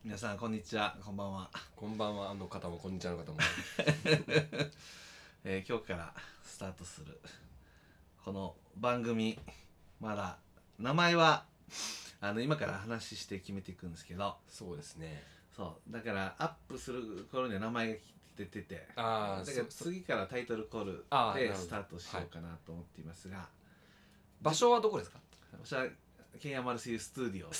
皆さんこんにちは、こんばんは。 こんばんはの方もこんにちはの方も今日からスタートするこの番組、まだ名前は今から話して決めていくんですけど、 そうですね。 そうだからアップする頃には名前が出てて、 ああ、 だから次からタイトルコールでスタートしようかなと思っていますが、 場所はどこですか？ 私はケンヤマルセイユスタジオ、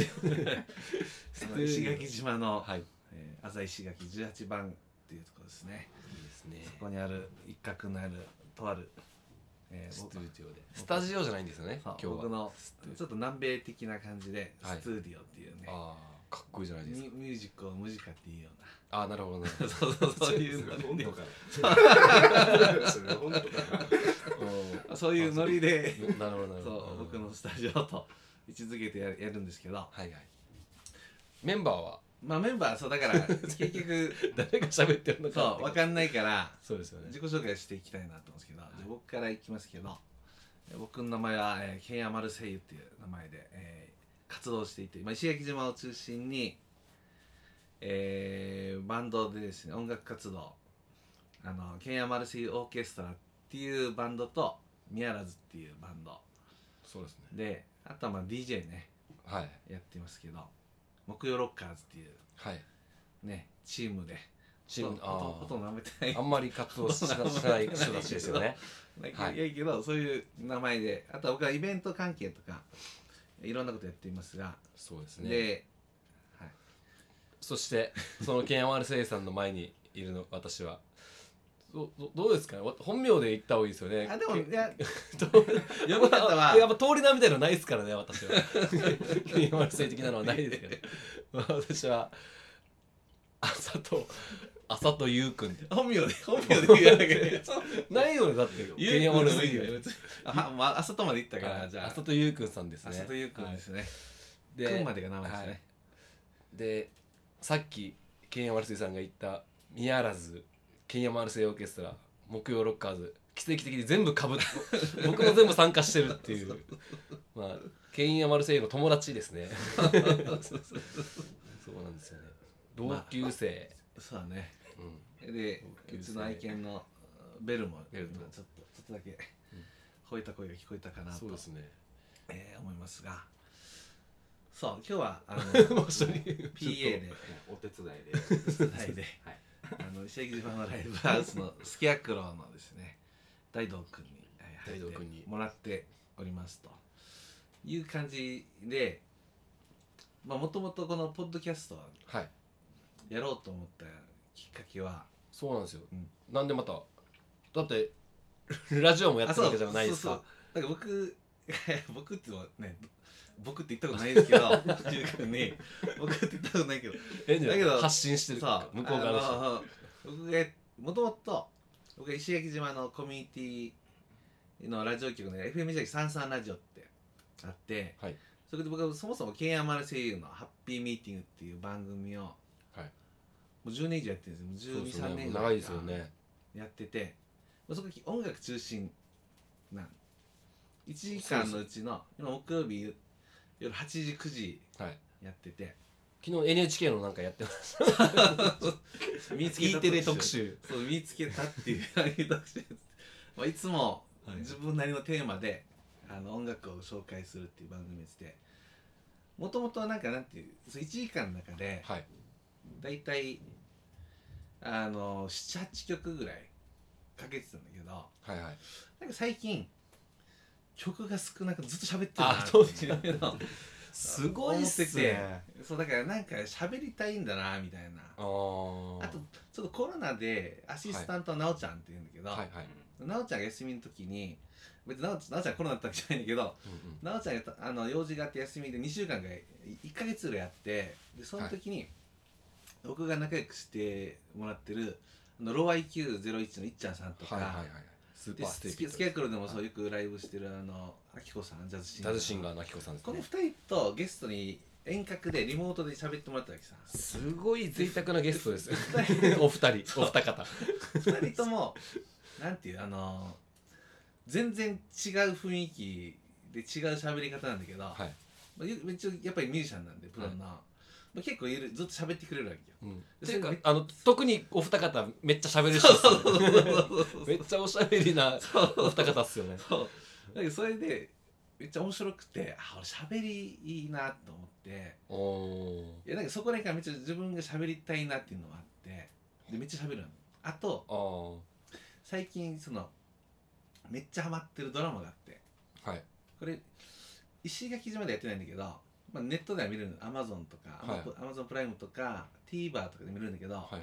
オ石垣島の、 はい、 浅井石垣18番っていうところですね。 いいですね。 そこにある一角にあるとある、 スタジオでスタジオじゃないんですよね。今日は僕のちょっと南米的な感じではいスタジオっていうね、 ああ、かっこいいじゃないですか。 ミュージックをムジカっていうようなああ、なるほどね。 そういうノリでそういうノリでなるほどなるほど。 そう僕のスタジオと位置づけてやるんですけど、 はいはい。メンバーはまあメンバーそうだから結局誰が喋ってるのかそう分かんないからそうですよね。 自己紹介していきたいなと思うんですけど、じゃあ僕からいきますけど、僕の名前は、ケンヤマルセイユっていう名前で、活動していて、石垣島を中心に、バンドでですね、音楽活動、ケンヤマルセイユオーケストラっていうバンドとミヤラズっていうバンドそうですね。 で、あとはDJ ねはいやってますけど、木曜ロッカーズっていうはい。 ねチームでチームほとんど舐めてないあんまり活動しない人たちですよね。 いやけどそういう名前で、あとは僕はイベント関係とかいろんなことやっていますが、 そうですね。 で、はい、 そしてそのケンヤマルセイさんの前にいるの私はどうですかね。本名で言った方がいいですよね。 でもいや呼呼び方はやっぱ通り名みたいなのないですからね。私はケンヤマルセイ的なのはないですけど私は朝とゆうくんって本名で言わなきゃいけないないよね。だってケンヤマルセイユ朝とまで言ったから、じゃあ朝とゆうくんさんですね。 朝とゆうくんですね。 でくんまでが名前ですね。 でさっきケンヤマルセイさんが言ったミヤラズ、ケンヤマルセイオーケストラ、木曜ロッカーズ、奇跡的に全部かぶって僕も全部参加してるっていうまあケンヤマルセイの友達ですね。そうなんですよね。同級生、 そうだね。 うん、 でうちの愛犬のベルもベルとちょっとだけ吠えた声が聞こえたかなとそうですね。 思いますが、そう今日はもう一人 PA でお手伝いではい、 石垣島のライブハウスのスケアクローのですね大道くんに入ってもらっておりますという感じで、もともとこのポッドキャストをはいやろうと思ったきっかけは、 そうなんですよ、 うんなんでまただってラジオもやってるわけじゃないですか。 だから僕っていうのはね、僕って言ったことないですけどね、僕って言ったことないけど、だけど発信してるそう向こう側の人、 僕がもともと僕が石垣島のコミュニティのラジオ局の FM 石垣33ラジオってあって、 はい、 それで僕はそもそもケンヤマルセイユのハッピーミーティングっていう番組をもう10年以上やってるんですよ。もう12、3年ぐらい長いですよね。 やってて、そこ音楽中心なん1時間のうちの今木曜日夜8時9時やってて、 昨日 NHK のなんかやってました見つけた E テレ特集、 そう見つけたっていう特集いつも自分なりのテーマで音楽を紹介するっていう番組で、もともとなんていう1時間の中で、 はい、 だいたい7、8曲ぐらいかけてたんだけど、 はいはい、 なんか最近曲が少なくずっと喋ってるなそうっていうのすごいっすね。 そうだからなんか喋りたいんだなみたいな。あとちょっとコロナでアシスタントのなおちゃんっていうんだけど、 はいはい、 なおちゃんが休みの時に、別になおちゃんコロナだったわけじゃないんだけど、なおちゃんが用事があって休みで2週間ぐらい1ヶ月ぐらいやって、でその時に僕が仲良くしてもらってるロー IQ01 のいっちゃんさんとか、 スーパーステーキスケアクロでもそうよくライブしてるあきこさん、ジャズシンガーのあきこさんですね。 この2人とゲストに遠隔でリモートで喋ってもらったわけさ。 すごい贅沢なゲストですよお二方 2人ともなんていう全然違う雰囲気で違う喋り方なんだけど、一応やっぱりミュージシャンなんでプロの、 結構ずっと喋ってくれるわけよ。 っていうか特にお二方めっちゃ喋る人っすよねめっちゃおしゃべりなお二方っすよね。 そうだけどそれでめっちゃ面白くて、俺喋りいいなと思って、いやなんかそこら辺からめっちゃ自分が喋りたいなっていうのがあって、でめっちゃ喋るの。あと最近めっちゃハマってるドラマがあって、 はい、 これ石垣島でやってないんだけど、まあ、ネットでは見れるの。 Amazon とか、 はい、 Amazon プライムとか TVer とかで見れるんだけど、 はいはい、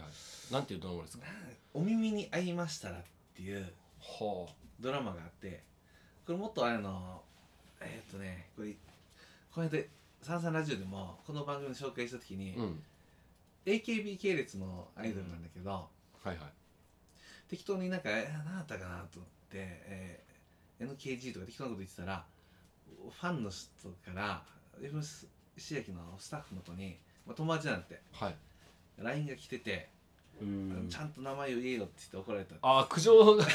なんていうドラマですか？ お耳に合いましたらっていうドラマがあって、これもっとこれこの間サンサンラジオでもこの番組で紹介した時に、AKB 系列のアイドルなんだけど、 はいはい、 適当になんか何だったかなと思って、NKG とか適当なこと言ってたら、ファンの人から FM 石垣のスタッフの子に、友達なんて、 はい、 LINE が来てて、ちゃんと名前を言えよって言って怒られた。 苦情が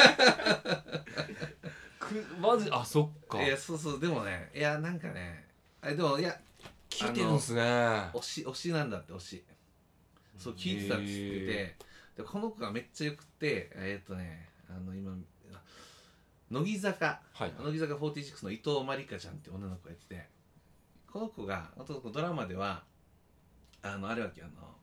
マジそっか。 いやそうでもね、いやなんかね、でもいや聞いてるんすね。 推しなんだって、推し。そう聞いてたって言ってて、でこの子がめっちゃよくて、今乃木坂、乃木坂46の伊藤まりかちゃんって女の子がやってて、この子がドラマではあれわけ、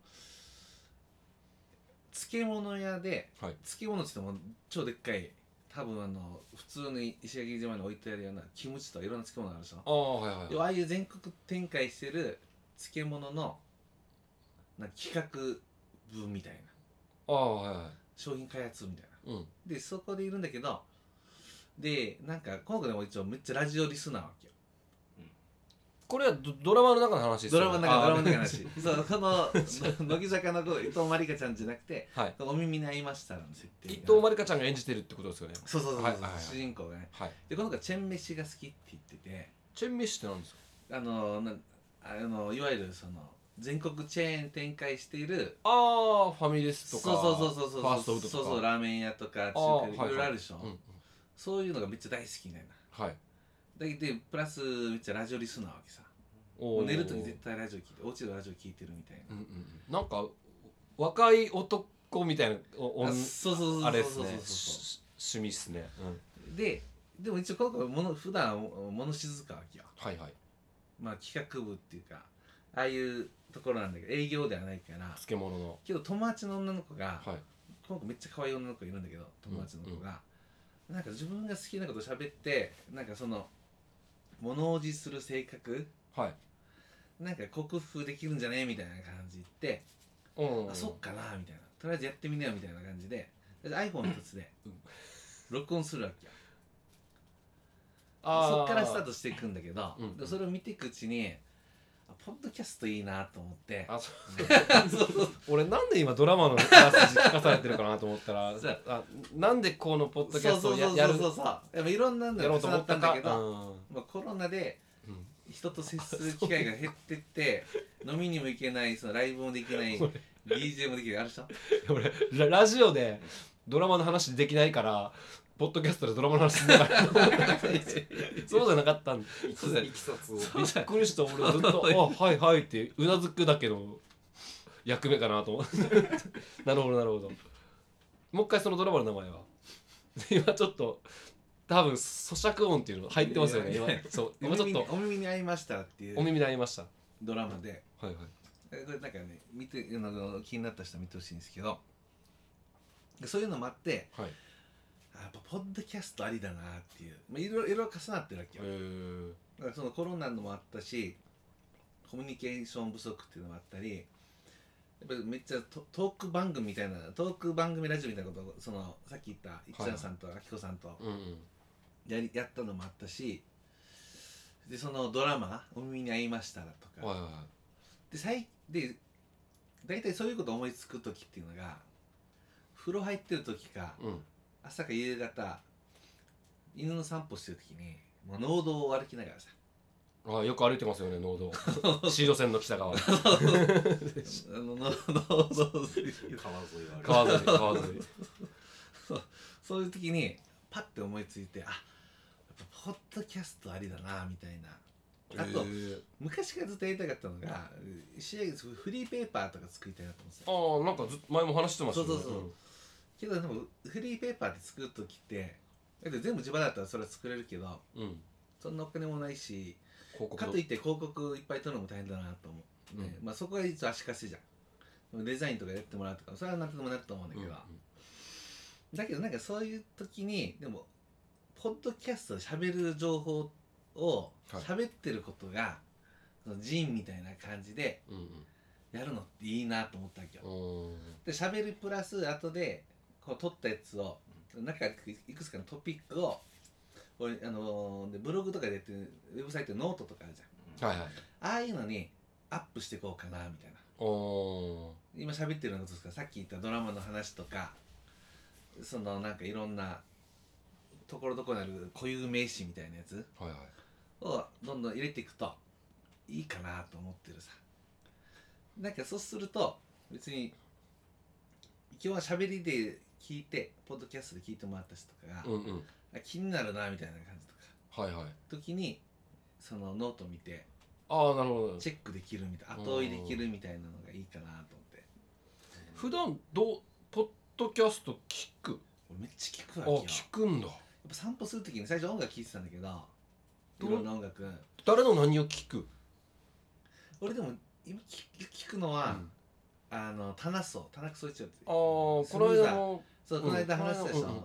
漬物屋で、漬物って言っても超でっかい、多分普通に石垣島に置いてあるようなキムチとかいろんな漬物があるでしょ。ああいう全国展開してる漬物の企画部みたいな、商品開発みたいな、でそこでいるんだけど、でなんかこの子でも一応めっちゃラジオリスナーわけよ。 これはドラマの中の話ですよね。 ドラマの中の話。そうこの乃木坂の子伊藤まりかちゃんじゃなくて、お耳に合いましたらの設定。 伊藤まりかちゃんが演じてるってことですよね。 そう主人公がね。でこの子はチェンメシが好きって言ってて。 チェンメシって何ですか？ いわゆる全国チェーン展開している、 ファミレスとか、 そうファーストフードとか、 そうラーメン屋とか中華いろいろあるでしょ。そういうのがめっちゃ大好きみたいな。でプラスめっちゃラジオリスナーわけさ。寝るとき絶対ラジオ聞いて、お家でラジオ聞いてるみたいな。 なんか若い男みたいなあれっすね、 趣味っすね。 でも一応この子普段物静かわけよ。まあ企画部っていうかああいうところなんだけど、営業ではないから。 漬物のけど友達の女の子が、この子めっちゃ可愛い女の子いるんだけど、友達の子がなんか自分が好きなこと喋って、なんか物おじする性格、なんか克服できるんじゃねみたいな感じで言って、そっかなみたいな、とりあえずやってみなよみたいな感じで iPhone 一つで録音するわけよ。そっからスタートしていくんだけど、それを見ていくうちにポッドキャストいいなと思って、 俺なんで今ドラマの話聞かされてるかなと思ったらなんでこのポッドキャストをやるいろんなのが重なったんだけど、コロナで人と接する機会が減ってって飲みにも行けない、ライブもできない、DJ もできない、ある人俺ラジオでドラマの話できないからポッドキャストでドラマの話するからそうじゃなかったんで、 いきさつをびっくりした。俺ずっとはいはいってうなずくだけの役目かなと思ってなるほど。もう一回そのドラマの名前は今ちょっと多分咀嚼音っていうの入ってますよね。今ちょっとお耳に合いましたっていうお耳に合いましたドラマで、 これなんかね見て気になった人は見てほしいんですけど、そういうのもあって、やっぱポッドキャストありだなっていう、いろいろ重なってるわけよ。だからコロナのもあったし、コミュニケーション不足っていうのもあったり、やっぱりめっちゃトーク番組みたいな、トーク番組ラジオみたいなことをさっき言ったいっちゃんさんとあきこさんとやったのもあったし、でドラマ「お耳に合いましたら」とか、で大体そういうこと思いつく時っていうのが風呂入ってる時か、朝か夕方犬の散歩してる時にもう農道を歩きながらさ、 よく歩いてますよね、農道シード線の北側農道川沿いそういう時にパッて思いついて、やっぱポッドキャストありだなみたいなあと昔からずっとやりたかったのが石焼きフリーペーパーとか作りたいなと思ってた。 ああなんか前も話してましたね。 そうけどでもフリーペーパーって作るときってだって全部自分だったらそれは作れるけど、そんなお金もないしかといって広告いっぱい取るのも大変だなと思う、まあそこが実は足かせじゃん。デザインとかやってもらうとかそれは何とでもなると思うんだけど、だけどなんかそういう時にでもポッドキャストで喋る情報を喋ってることが、そのジンみたいな感じでやるのっていいなと思ったわけよ。で喋るプラス後でこう撮ったやつをなんかいくつかのトピックを俺でブログとかでやってるウェブサイトノートとかあるじゃん、ああいうのにアップしていこうかなみたいな。今喋ってるのですか、さっき言ったドラマの話とかそのなんかいろんなところどころにある固有名詞みたいなやつをどんどん入れていくといいかなと思ってるさ。なんかそうすると別に今日は喋りで聞いてポッドキャストで聞いてもらった人とかが、気になるなみたいな感じとか、時にそのノート見てなるほどチェックできるみたいな、後追いできるみたいなのがいいかなと思って。 普段ポッドキャスト聞く？ めっちゃ聞くわけよ。 聞くんだ。やっぱ散歩するときに最初音楽聴いてたんだけど、いろんな音楽。 誰の何を聞く？ 俺でも今聞くのは、タナクソイチョって。 この間のそうこの間話したでしょ。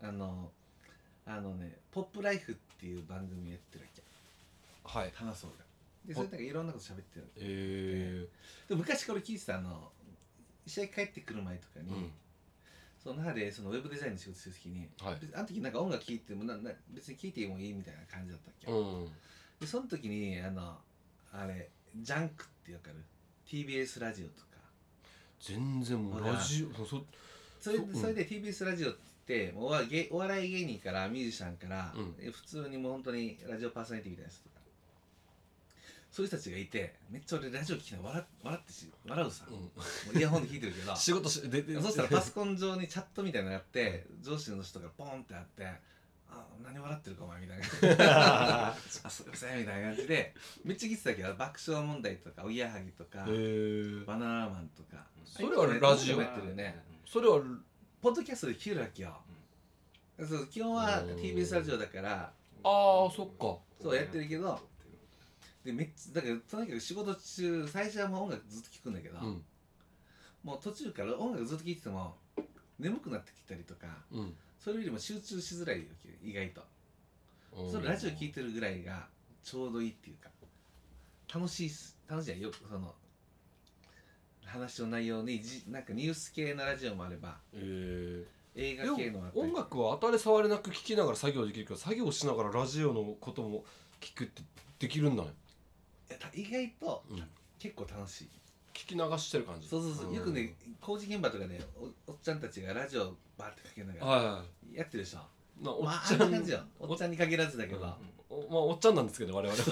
ポップライフっていう番組やってるわけ。タナソーが。でそれなんかいろんなこと喋ってる。で昔から聞いてた試合帰ってくる前とかに、その中でそのウェブデザインの仕事するときに、あの時なんか音楽聴いても別に聴いてもいいみたいな感じだったっけ。でその時にあれジャンクってわかる？ TBS ラジオとか。 全然もうラジオそれで TBS ラジオってお笑い芸人からミュージシャンから、普通にもう本当にラジオパーソナリティみたいな人とかそういう人たちがいて、めっちゃ俺ラジオ聞きながら笑うさ、もうイヤホンで聞いてるけど仕事そしたらパソコン上にチャットみたいなのがあって上司の人がポンってあって何笑ってるかお前みたいなすいませんみたいな感じでめっちゃ聞いてたけど、爆笑問題とかおぎやはぎとかバナナマンとか、 それはラジオやってるよね。 それはポッドキャストで聞けるわけよ。基本は TBS ラジオだからそっかそうやってるけど、でめっちゃだからとにかく仕事中最初はもう音楽ずっと聞くんだけど、もう途中から音楽ずっと聞いてても眠くなってきたりとか、それよりも集中しづらいわけ意外と。それラジオ聞いてるぐらいがちょうどいいっていうか、楽しいよ。その話の内容になんかニュース系のラジオもあれば、映画系のもあったり。 音楽は当たり障りなく聴きながら作業できるけど、作業しながらラジオのことも聞くってできるんだね。 意外と、結構楽しい。 聞き流してる感じ。 そうよくね工事現場とかでおっちゃんたちがラジオバーってかけながらやってるでしょ。 おっちゃんな感じよ。おっちゃんに限らずだけど、 おっちゃんなんですけど我々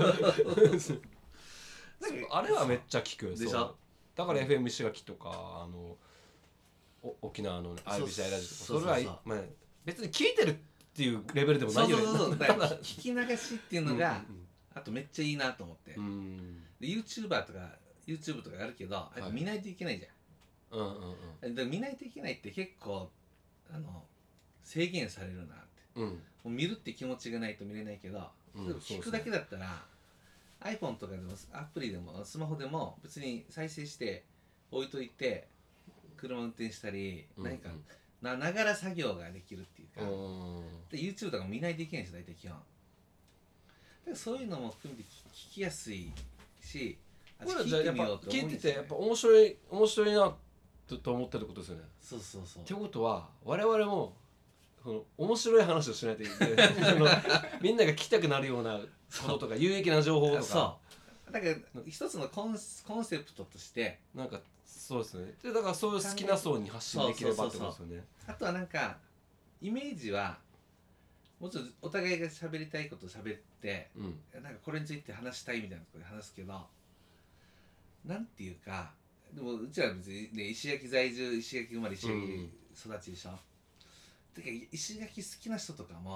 あれはめっちゃ聞くでしょ。 だから FM 石垣とか沖縄の RBC ラジオとか、それは別に聞いてるっていうレベルでもないよね。 聞き流しっていうのがあとめっちゃいいなと思って。で YouTuber とか YouTube とかあるけど見ないといけないじゃん。見ないといけないって結構制限されるなって。もう見るって気持ちがないと見れないけど、聞くだけだったら iPhone とかでもアプリでもスマホでも別に再生して置いといて車運転したり何かながら作業ができるっていうか、で YouTube とかも見ないといけないんですよ大体基本。でそういうのも含めて聞きやすいし、 聞いててやっぱ面白いなと思ってることですよね。 そうってことは我々も面白い話をしないといけないみんなが聞きたくなるようなこととか有益な情報とか、 そうだから一つのコンセプトとしてなんかそうですね。でだからそういう好きな層に発信できればってことですよね。 あとはなんかイメージはもちろんお互いが喋りたいことを喋って、なんかこれについて話したいみたいなところで話すけど、なんていうかでもうちらは別に、ね、石垣在住石垣生まれ石垣育ちでしょ。てか石垣好きな人とかも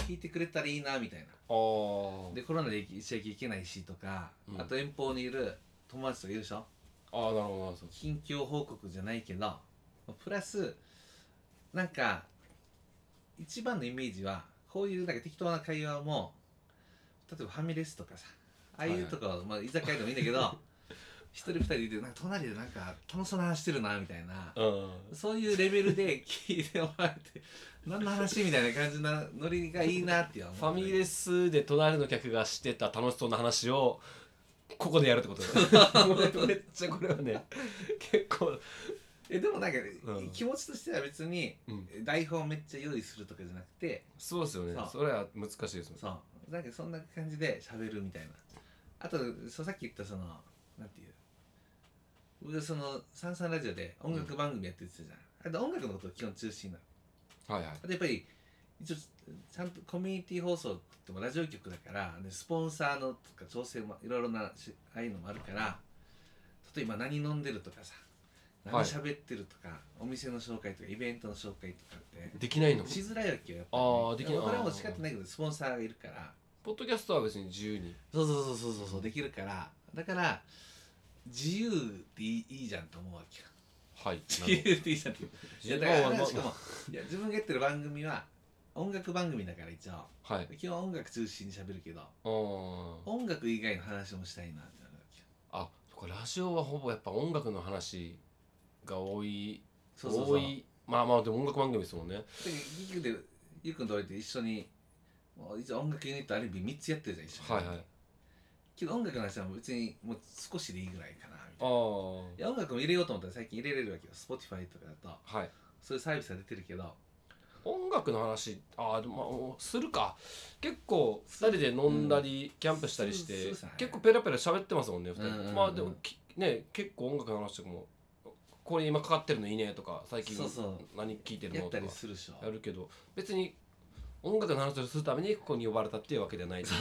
聞いてくれたらいいなみたいな。 ああでコロナで一駅行けないしとか、 うんあと遠方にいる友達とかいるでしょ。 ああなるほどなるほど近況報告じゃないけどプラスなんか一番のイメージはこういうなんか適当な会話も例えばファミレスとかさああいうとか、まあ、居酒屋でもいいんだけど一人二人いてなんか隣でなんか楽しそうな話してるなみたいな、そういうレベルで聞いてもらえて何の話みたいな感じなノリがいいなっていうファミレスで隣の客がしてた楽しそうな話をここでやるってことだめっちゃこれはね結構でもなんか、 うん気持ちとしては別に台本めっちゃ用意するとかじゃなくて、 そうですよねそうそれは難しいですもんそうなんかそんな感じで喋るみたいな。あとさっき言ったそのなんていう僕そのサンサンラジオで音楽番組やってるって言ってたじゃん、あれ音楽のことが基本中心なの。 はいはいあとやっぱり一応ちゃんとコミュニティ放送ってもラジオ局だからでスポンサーのとか調整もいろいろなああいうのもあるから例えば何飲んでるとかさ何喋ってるとか、お店の紹介とかイベントの紹介とかってできないのしづらいわけよやっぱり、 ああできないこれはもう仕方ないけどスポンサーがいるからポッドキャストは別に自由にそうできるからだから自由っていいじゃんと思うわけよ。 はい自由っていいじゃんっていう。いやだからしかもいや自分がやってる番組は音楽番組だから一応はい基本音楽中心に喋るけどあ音楽以外の話もしたいなってなるわけよ。 あこれラジオはほぼやっぱ音楽の話が多いそう多いまあまあでも音楽番組ですもんねでギグでゆうくんと俺と一緒にもう一応音楽ユニットある意味3つやってるじゃん一緒に。 はいはいけど音楽の話は別にもう少しでいいぐらいかなみたあいな。 あいや音楽も入れようと思ったら最近入れれるわけよ。Spotify とかだとはいそういうサービスが出てるけど音楽の話でもまあするか結構2人で飲んだり、キャンプしたりしてする結構ペラペラ喋ってますもんね2人、 うんうんうんまあでもね結構音楽の話とかもこれ今かかってるのいいねとか最近そうそう何聴いてるやったのとかりするでしょ。 やるけど別に音楽の話をするためにここに呼ばれたっていうわけではない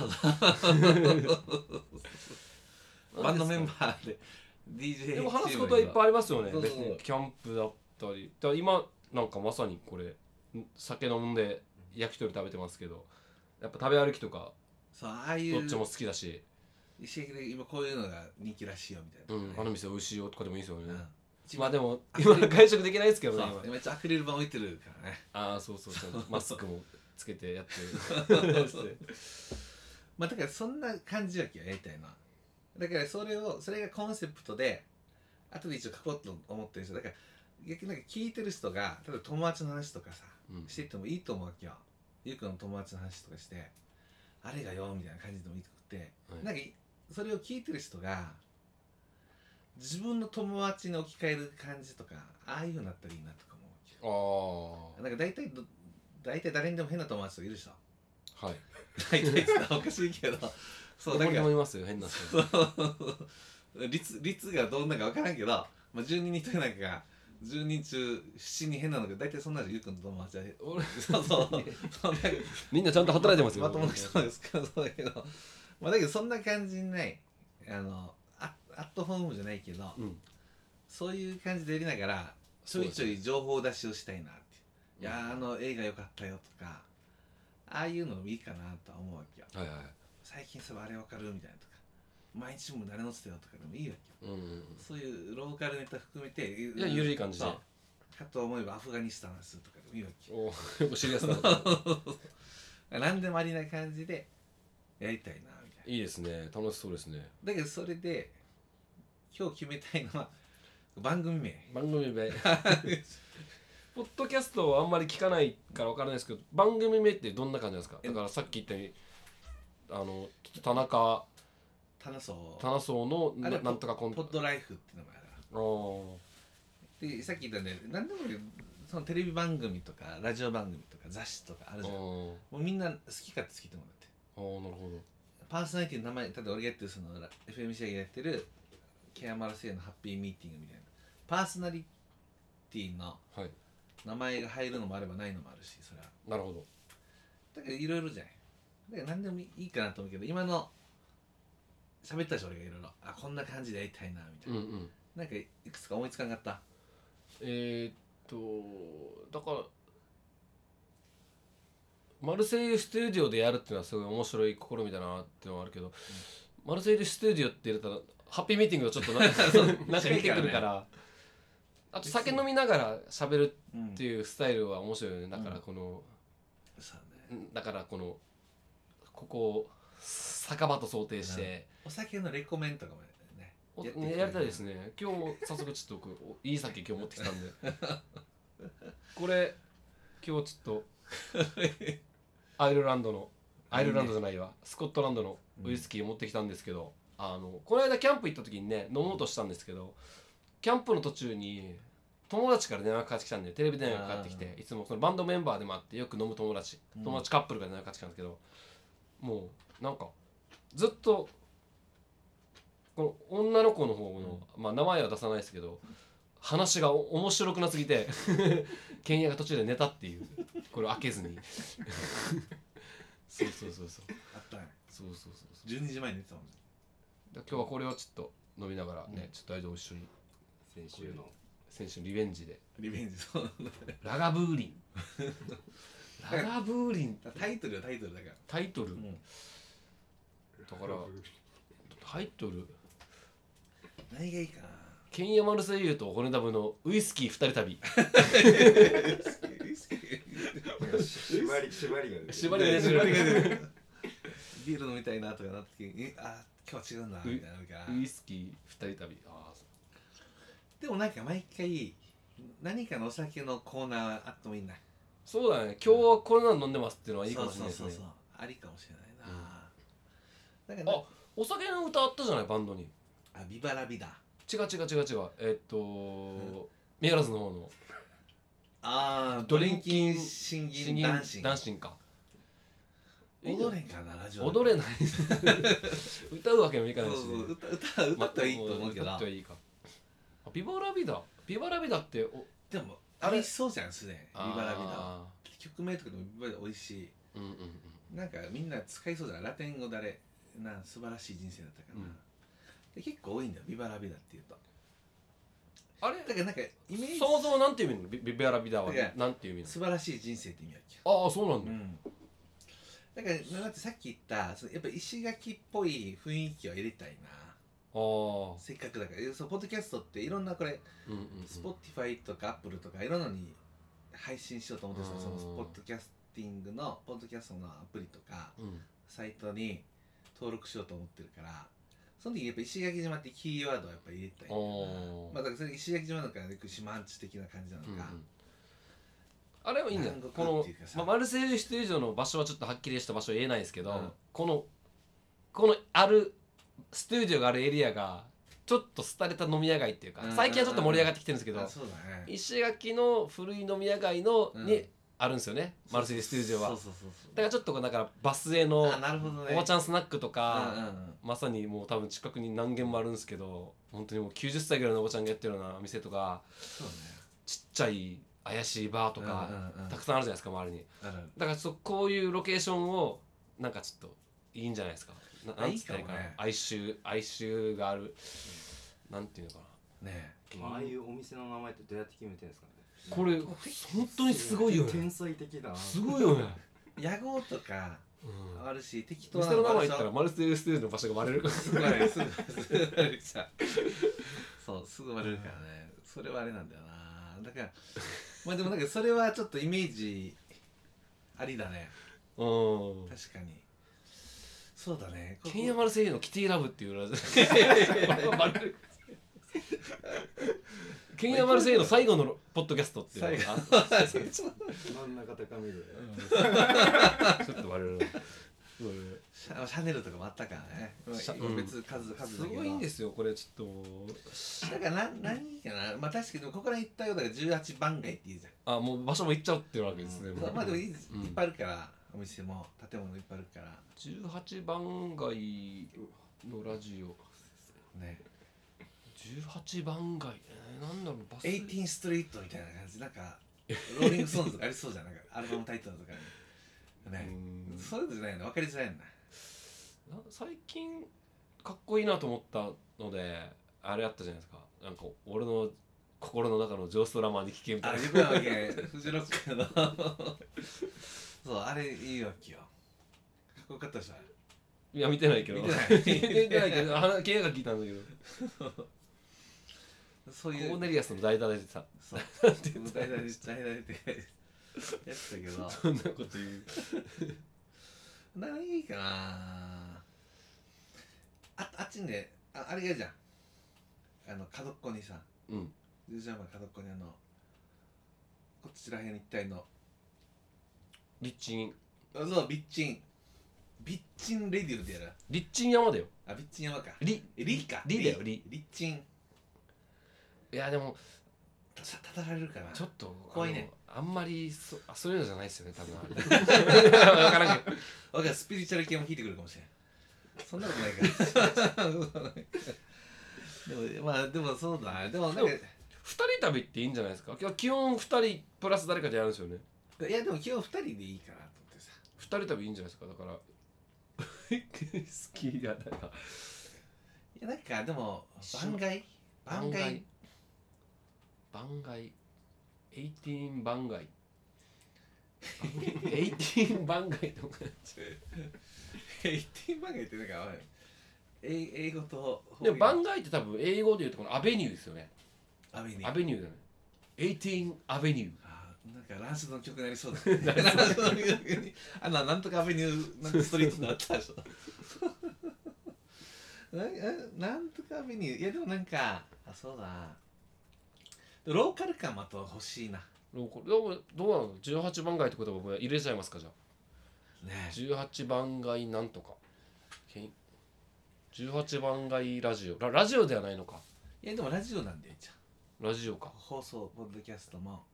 バンドメンバーで DJ でも話すことはいっぱいありますよねそうそう別にキャンプだったりだから今なんかまさにこれ酒飲んで焼き鳥食べてますけどやっぱ食べ歩きとかそうああいうどっちも好きだし石垣で今こういうのが人気らしいよみたいな、 あの店美味しいよとかでもいいですよね、 うん、 まあでも今外食できないですけどねそうめっちゃアクリル板置いてるからね。 ああそうそうそうマスクもつけてやってるまあだからそんな感じわけよやりたいのは。だからそれがコンセプトで後で一応書こうと思ってる人だから逆になんか聞いてる人が例えば友達の話とかさ、していってもいいと思うわけよ。ゆうくんの友達の話とかしてあれがよみたいな感じでもいいくて、なんかそれを聞いてる人が自分の友達に置き換える感じとかああいうのになったらいいなとか思うわけよ。なんか大体誰にでも変な友達とかいるでしょ。 はい大体っておかしいけどそう誰にもいますよ変な人率がどんなか分からんけど、まあ、10人に1人なんかが10人中7人変なのが大体そんなのゆうくんの友達は俺そうそんなみんなちゃんと働いてますよまともな人ですからそうだけどまあだけどそんな感じにないアットホームじゃないけど、そういう感じでやりながらちょいちょい情報出しをしたいなって、いや映画良かったよとかああいうのもいいかなとは思うわけよ。 はいはい最近それあれ分かるみたいなとか毎日も誰のつてよとかでもいいわけよ、そういうローカルネタ含めていや緩い感じでかと思えばアフガニスタンの話とかでもいいわけよ。 およく知りやすい何でもありな感じでやりたいなみたいいいですね楽しそうですね。 な。だけどそれで今日決めたいのは番組名ポッドキャストをあんまり聞かないから分からないですけど番組名ってどんな感じなんですか。だからさっき言ったように田中荘のなんとかコンポッドライフっていうのがある。でさっき言ったね何でもいいそのテレビ番組とかラジオ番組とか雑誌とかあるじゃん。もうみんな好き勝手つけてもらって。 なるほど。 パーソナリティの名前例えば俺がやってるその FM 試合がやってるケアマラセイのハッピーミーティングみたいなパーソナリティの名前が入るのもあればないのもあるしそれは。 なるほど。 だからいろいろじゃない。だから何でもいいかなと思うけど今の喋ったでしょ俺がいろいろこんな感じでやりたいなみたいな、なんかいくつか思いつかなかった。 だからマルセイユスタジオでやるっていうのはすごい面白い試みだなっていうのはあるけど、マルセイユスタジオって入れたらハッピーミーティングとちょっとなんか似てくるから、あと酒飲みながら喋るっていうスタイルは面白いよね。だからこの、だからこのここを酒場と想定して、 お酒のレコメンとかもねやりたいですね。今日も早速ちょっといい酒今日持ってきたんでこれ今日ちょっとアイルランドじゃないわ、スコットランドのウイスキー持ってきたんですけど、この間キャンプ行った時にね飲もうとしたんですけど、キャンプの途中に友達から電話がかかってきたんで、テレビ電話がかかってきて、いつもそのバンドメンバーでもあってよく飲む友達カップルから電話がかかってきたんですけど、もうなんかずっとこの女の子の方の、まあ名前は出さないですけど、話が面白くなすぎてケンヤが途中で寝たっていう、これを開けずにそうあったね。 そう 12時前に寝てたもん。 今日はこれをちょっと飲みながらね、ちょっと大丈夫一緒に先週のリベンジでそうラガブーリンタイトルだからタイトル、だからタイトル何がいいかな。 ケンヤマルセイユと骨ダブのウイスキー2人旅縛りが出てるビール飲みたいなとかなって今日は違うんだみたいなのからウイスキー2人旅。 でもなんか毎回何かのお酒のコーナーあってもいいな。 そうだね、今日はこれなの飲んでますっていうのはいいかもしれないですね。そうありかもしれないな。 お酒の歌あったじゃない、バンドに。 ビバラビダ。 違うミヤラズの方のドリンキンシンギンダンシンか。 踊れんかな、ラジオ踊れない歌うわけにもいかないし、 歌ったらいいと思うけど、 歌ってはいいか。ビバラビダってでもありそうじゃん、すでに。ビバラビダ曲名とかでもビバラビダ美味しい。なんかみんな使いそうじゃん。ラテン語だれ素晴らしい人生だったかな。で結構多いんだよ、ビバラビダっていうと。 あれだからなんかイメージ想像なんていう意味なの？ビバラビダはなんていう意味なの？ 素晴らしい人生って意味だっけ。 そうなんだ。 だからだってさっき言ったやっぱ石垣っぽい雰囲気を入れたいな。せっかくだからポッドキャストっていろんなこれ、Spotify とか Apple とかいろんなのに配信しようと思ってるんですよ。そのポッドキャストのアプリとか、サイトに登録しようと思ってるから、その時にやっぱ石垣島ってキーワードをやっぱ入れたいな。だからそれ石垣島なのか島アンチ的な感じなのか。 あれはいいんだよ。このマルセイユスタジオの場所はちょっとはっきりした場所は言えないですけど、このあるスタジオがあるエリアがちょっと廃れた飲み屋街っていうか、最近はちょっと盛り上がってきてるんですけど、石垣の古い飲み屋街のにあるんですよね、マルセイユスタジオは。だからちょっとだからバスへのおばちゃんスナックとか、まさにもう多分近くに何軒もあるんですけど、本当にもう90歳ぐらいのおばちゃんがやってるような店とか、ちっちゃい怪しいバーとかたくさんあるじゃないですか、周りに。だからこういうロケーションをなんかちょっといいんじゃないですか。なんつったらいいかな、哀愁がある、なんていうのかなね。ああいうお店の名前ってどうやって決めてるんですかね。 これ本当にすごいよね。 天才的だな。すごいよね。 屋号とかあるし、適当な店の名前言ったらマルセイユスタジオの場所がバレるから。 すぐバレるそうすぐバレるからね。それはあれなんだよな。だからまあでもなんかそれはちょっとイメージありだね。確かにそうだね。 ケンヤマルセイユのキティラブっていうラジオケンヤマルセイユの最後のポッドキャストっていうのが真ん中高めでちょっと我々 シャネルとかもあったからね。別数すごいんですよこれ。ちょっとだから何かな。まあ確かにここら言ったようだから18番街って言うじゃん。 もう場所も行っちゃうっていうわけですね。 まあでもいっぱいあるから、お店も建物いっぱいあるから。 18番街のラジオね。 18番街なんだろう、 バス18ストリートみたいな感じ。なんかローリングソーンズとかありそうじゃん。なんかアルバムタイトルとかにね。そういうのじゃないの、分かりづらいんだ。 最近かっこいいなと思ったのであれあったじゃないですか。なんか俺の心の中のジョーストラマーに聞けみたいな。 フジロックのそうあれいいわけよ。かっこよかったでしょ。 いや見てないけど見てない見てないけどケイが聞いたんだけどそういうコーネリアスの代打でさそう大々でってやってたけどそんなこと言う何いいかなあっちにねあれがいいじゃん角っこにさうん 10時半角っこにこちら辺一帯のリッチンそうビッチンレディオでやるリッチン山だよビッチン山かリかリだよリッチンいやでもたたられるかなちょっと怖いねあんまりそういうのじゃないですよね多分分からんけどわかるスピリチュアル系も聞いてくるかもしれんそんなことないからでもそうだなでもなんか 2人旅っていいんじゃないですか。基本2人プラス誰かでやるんですよね。 いやでも基本2人でいいかなと思ってさ 2人旅いいんじゃないですか。だから好きがなんかいやなんかでも番外 18番外18番外とか 18番外ってなんか英語とでも番外って多分英語で言うとこのアベニューですよね。 アベニューアベニューだね。18アベニュー。 なんかランスの曲になりそうだねランスの曲になんとかアベニューなんかストリートになったでしょなんとかアベニューいやでもなんかそうだローカル感また欲しいなどうなの18番外ってことは入れちゃいますかじゃあね 18番外なんとか18番外ラジオラジオではないのか。 いやでもラジオなんだよじゃラジオか放送ポッドキャストも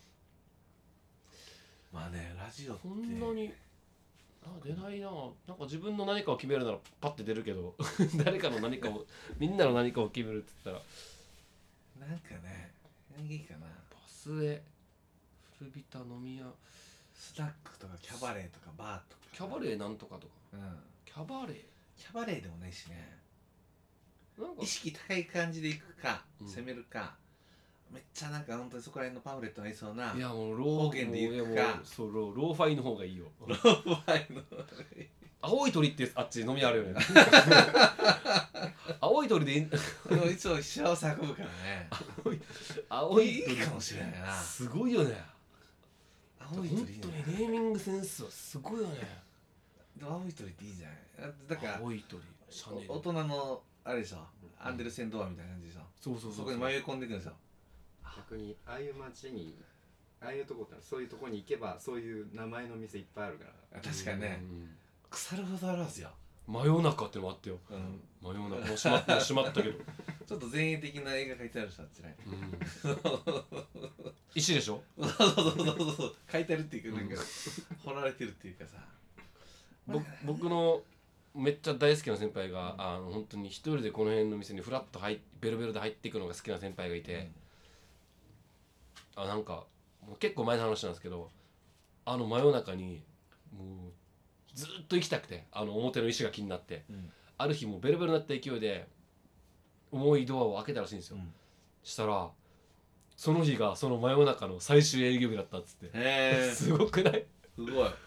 まあねラジオってこんなに出ないな。なんか自分の何かを決めるならパッて出るけど誰かの何かをみんなの何かを決めるって言ったらなんかね何がいいかなバスへ古びた飲み屋スナックとかキャバレーとかバーとかキャバレーなんとかとかキャバレーでもないしねなんか意識高い感じでいくか、 うん攻めるかめっちゃなんか本当にそこら辺のパンフレットがありそうないやもう方言で言うかそうローファイの方がいいよローファイの青い鳥ってあっち飲みあるよね青い鳥でいいでもいつも幸せ運ぶからね青い鳥いいかもしれないなすごいよね青い本当鳥いいねにネーミングセンスはすごいよね。 でも青い鳥っていいじゃないだから青い鳥シャネル大人のあれでしょアンデルセンドアみたいな感じでしょそうそこに迷い込んでいくんですよ逆にああいう街にああいうとこってそういうとこに行けばそういう名前の店いっぱいあるから確かにね腐るほどあるはずよ真夜中ってのもあってよ、真夜中もう閉まったけどちょっと前衛的な映画描いてある人あっちね石でしょそう描いてあるっていうかなんか彫られてるっていうかさ僕のめっちゃ大好きな先輩が、本当に一人でこの辺の店にフラッとベロベロで入っていくのが好きな先輩がいて、なんかもう結構前の話なんですけど真夜中にもうずっと行きたくて表の石が気になって、ある日もうベロベロになった勢いで重いドアを開けたらしいんですよ、したらその日がその真夜中の最終営業日だったっつってすごくない？ すごい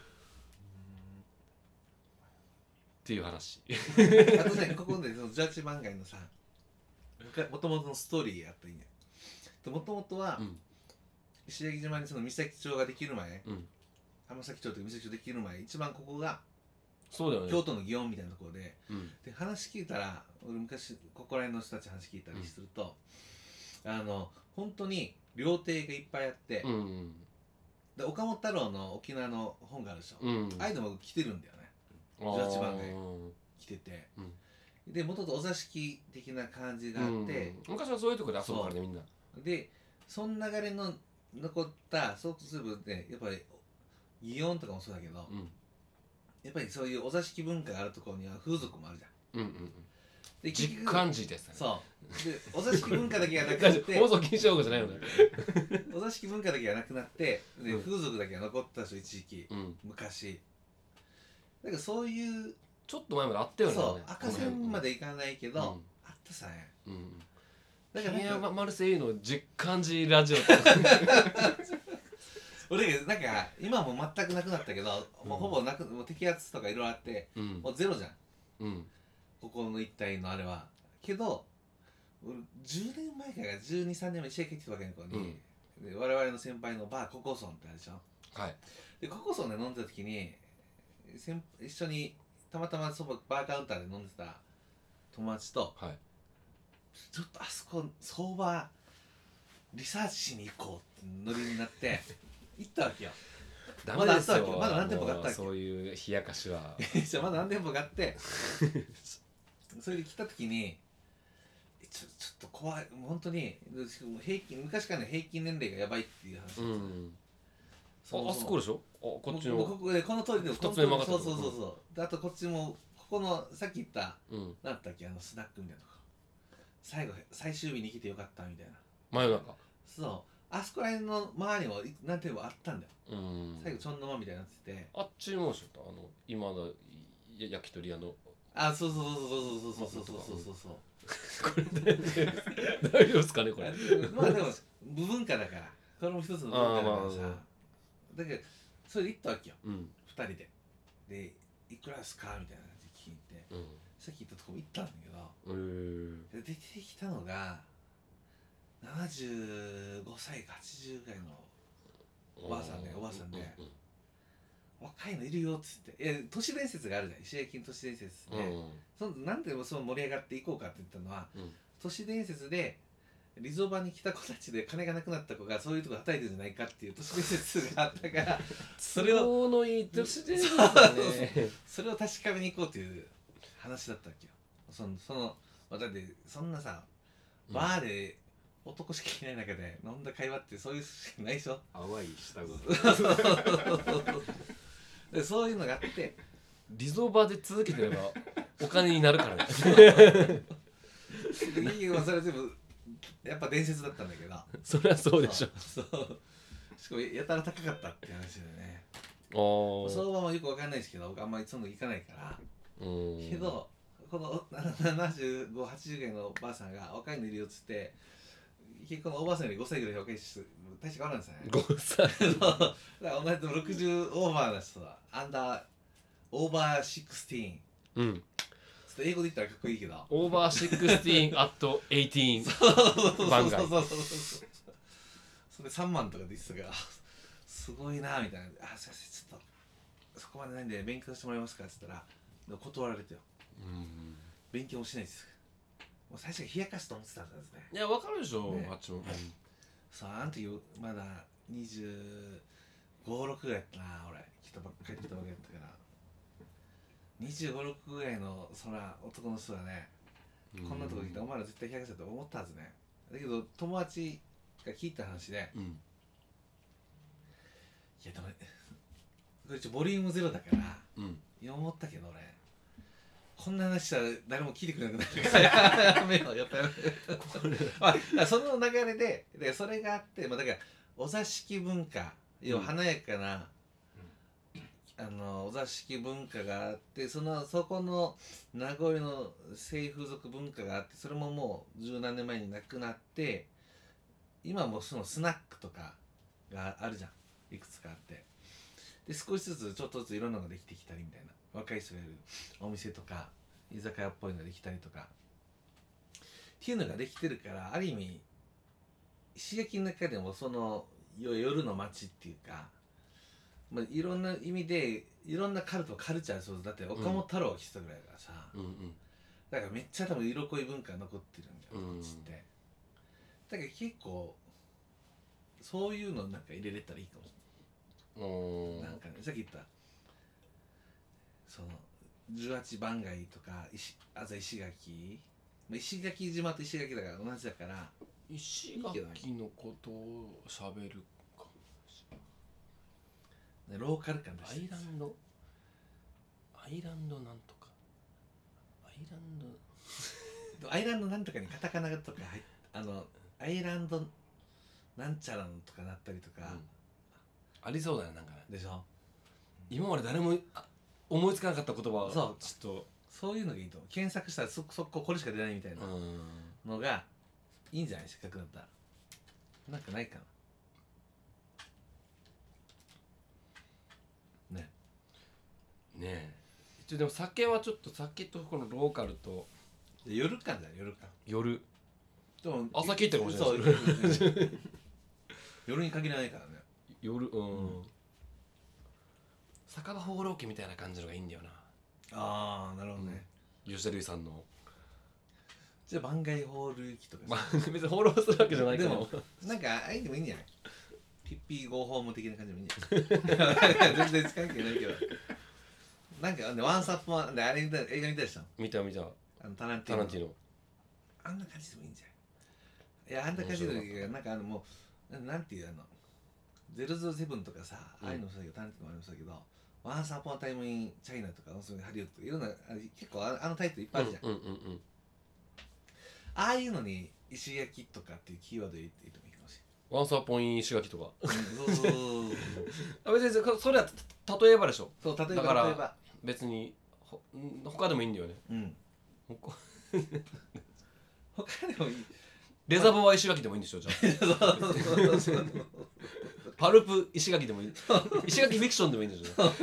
っていう話あとねここでその18番街のさもともとのストーリーやったらいいねもともとは、石垣島にその三崎町ができる前、浜崎町とか三崎町できる前一番ここがそうだよね京都の祇園みたいなところで、で話聞いたら俺昔ここら辺の人たち話聞いたりすると、本当に料亭がいっぱいあって、で岡本太郎の沖縄の本があるでしょ、ああいうのも来てるんだよね18番街来てて、でもともとお座敷的な感じがあって、 昔はそういうところで遊ぶからねみんなでその流れの残ったそうするとねやっぱり祇園とかもそうだけど、やっぱりそういうお座敷文化があるところには風俗もあるじゃん、で実感じですね。 そうでお座敷文化だけがなくなって放送禁止用語じゃないよねお座敷文化だけがなくなってで、風俗だけが残ったでしょ一時期、昔だからそういうちょっと前まであったよね。 そう赤線までいかないけど、あったさね、 だからマルセイユの実感じラジオ俺がなんか今はもう全くなくなったけど、もうほぼなく、もう摘発とかいろいろあって、もうゼロじゃん、ここの一帯のあれは。けど俺10年前から12、13年前に石焼き来たわけの子に、で我々の先輩のバーココソンってあるでしょ。でココソンで飲んでた時に一緒にたまたまそばバーカウンターで飲んでた友達と、ちょっとあそこ相場リサーチしに行こうってノリになって行ったわけよ。 ダメですよ。 まだ何店舗かあったわけ。 そういう冷やかしはじゃあまだ何店舗かあってそれで来た時にちょっと怖い、本当に昔からね平均年齢がやばいっていう話だった、 あそこでしょ、こっちのこの通りでも 2つ目曲がったとこ。 そうであとこっちもここのさっき言った、なんだったっけスナックみたいなとこ、最終日に来てよかったみたいな、 真夜中。 そうあそこら辺の周りにも何店舗あったんだよ。最後ちょんの間みたいになってて、 あっちもしょった今の焼き鳥屋の、 そうこれ大丈夫ですかねこれ。 まあでも部文化だから、これも一つの文化だからさ、だけどそれで行ったわけよ、2人でいくらですかみたいな感じで聞いて、さっき言ったとこも行ったんだけど、出てきたのが75歳か80ぐらいのおばあさんで、若いのいるよっつって、都市伝説があるじゃん、石焼きの都市伝説で、なんでその盛り上がっていこうかって言ったのは、都市伝説でリゾバに来た子たちで金がなくなった子がそういうとこ働いてるんじゃないかっていう都市伝説があったからそれをのいい都市伝説だねそれを確かめに行こうという話だったわけよ。だってそんなさバーで男しかいない中で飲んだ会話ってそういうしかないでしょ。 淡い下心でそういうのがあってリゾバで続けてればお金になるからねそれ全部やっぱ伝説だったんだけどそりゃそうでしょ。 そうしかもやたら高かったっていう話でね。 相相場もよくわかんないですけど僕あんまりその行かないからけど、この75、80ぐらいのおばあさんが若いのいるよっつって結構のおばあさんより5歳ぐらい若い人大して変わらないんですよね。 5歳だから同じでも60オーバーな人はオーバー16、ちょっと英語で言ったらかっこいいけどオーバー16 at 18番外それ3万とかで言ってたからすごいなみたいな。すいませんちょっとそこまでないんで勉強してもらえますかって言ったら断られてよ。勉強もしないです。もう最初冷やかすと思ってたんですね。 いや分かるでしょ、 ね、 あっちも、 そうあの時まだ25、6ぐらいやったな俺帰ってきたばかりやったから25、6ぐらいの男の人がねこんなとこ来てお前ら絶対冷やかせと思ったはずね。だけど友達が聞いた話で、いやでもこれボリュームゼロだから、思ったけど俺こんな話したら誰も聞いてくれなくなるからやめようやったらその流れでそれがあって、だからお座敷文化要は華やかな、お座敷文化があってそこの名残の性風俗文化があってそれももう十何年前になくなって今もそのスナックとかがあるじゃんいくつかあってで少しずつちょっとずついろんなのができてきたりみたいな若い人がいるお店とか居酒屋っぽいのができたりとかっていうのができてるからある意味石焼きの中でも夜の街っていうか、いろんな意味でいろんなカルチャーそうだって岡本太郎が来てたぐらいだからさ、だからめっちゃ多分色恋文化残ってるんだよこっちって、だから結構そういうのなんか入れれたらいいかもしれない。なんかねさっき言った18番街とか石垣島と石垣だから同じだから石垣のことを喋るかローカル感出アしてイランドなんとかアイランドなんとかにカタカナとかアイランドなんちゃらのとかなったりとか、 ありそうだよなんかねでしょ。 今まで誰も思いつかなかった言葉そうちょっとそういうのがいいと検索したらこれしか出ないみたいなのがいいんじゃないせっかくだったらなんかないかな。 え一応でも酒はちょっと酒とこのローカルと夜感だよ夜感。 夜でも朝聞いてるかもしれないそう夜に限らないからね。 夜酒場放浪記みたいな感じのがいいんだよな。 ああなるほどね。 吉田類さんのじゃあ番外ホール行きとかまさ。 あ別に放浪するわけじゃないけどでもなんかああいうのもいいんじゃない？ピッピーゴーホーム的な感じでもいいんじゃない全然関係ないけど。なんかねワンサップはあれ見た映画見たでしょ。 見たタランティーノ。 タランティーノあんな感じでもいいんじゃない？いやあんな感じでなんかもうなんていう007とかさ、ああいうのもそうだけどタランティーノもありましたけど、ワンサーポンタイムインチャイナとかそういうハリウッドとかいろんな結構あのタイトルいっぱいあるじゃん。ああいうのに石焼きとかっていうキーワード入れていてもいいかもしワンサーポイン石垣とかれない。そう別にそれは例えばでしょ。 そう例えばだから例えば別に他でもいいんだよね。 他でもいい。 レザボア石垣でもいいんでしょ。じゃあパルプ石垣でもいい石垣フィクションでもいいんでしょ。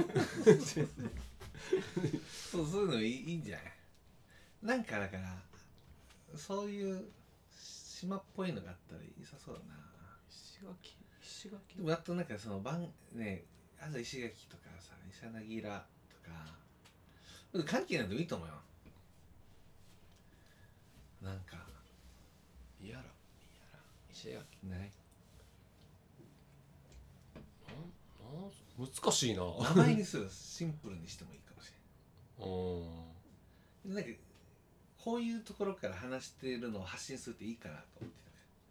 そういうのいいんじゃない？なんかだからそういう島っぽいのがあったら良さそうだな。 石垣でもあとなんかそのねあと石垣とかさイシャナギラとか関係ないのいいと思うよ。なんかいやら石垣ない難しいな。 名前にするシンプルにしてもいいかもしれない。なんかこういうところから話しているのを発信するっていいかなと思って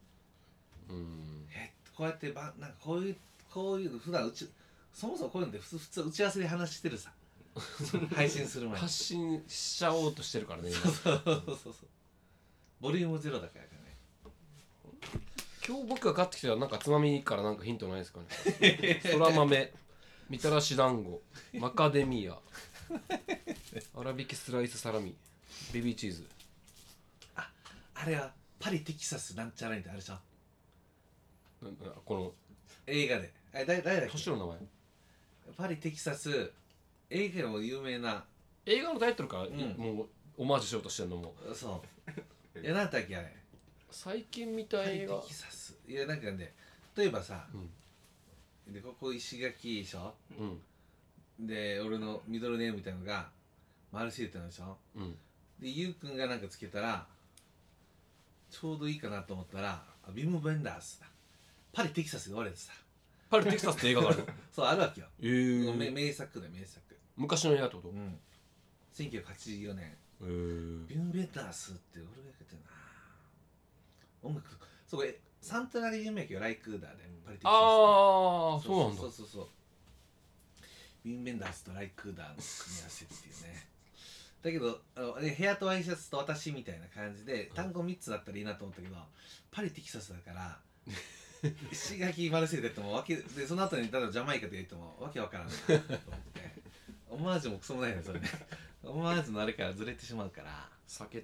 こうやってなんかこういうの普段そもそもこういうので普通打ち合わせで話してるさ配信する前に発信しちゃおうとしてるからね。 そうボリューム0だからね。 今日僕が買ってきたなんかつまみからなんかヒントないですかね。そら豆みたらし団子マカデミア粗挽きスライスサラミベビーチーズ。 あれはパリテキサスなんちゃらにってあるでしょ。 この映画で誰だっけ？ 年の名前。 パリテキサス映画でも有名な映画のタイトルから、もうオマージュしようとしてるのもそういやなんだっけあれ最近見た映画。 パリテキサスいやなんかね例えばさ、でここ石垣でしょ、で俺のミドルネームみたいなのがマルシールってのでしょ、でゆうくんがなんかつけたらちょうどいいかなと思ったらビム・ベンダースだパリテキサスで俺でさパリテキサスって映画があるそうあるわけよ。名作だよ名作。 昔の映画ってこと？ 1984年ビム・ベンダースって俺がやってるな音楽そこサントラで有名やけどライクーダーでパリテキサス。 ああそうなんだ。 そうビム・ベンダースとライクーダーの組み合わせっていうね。だけどヘアとワイシャツと私みたいな感じで単語3つだったらいいなと思ったけどパリテキサスだから石垣マルセイユでやってもわけでその後に例えばジャマイカで言ってもわけわからないと思ってオマージュもクソもないねそれねオマージュのあれからずれてしまうから酒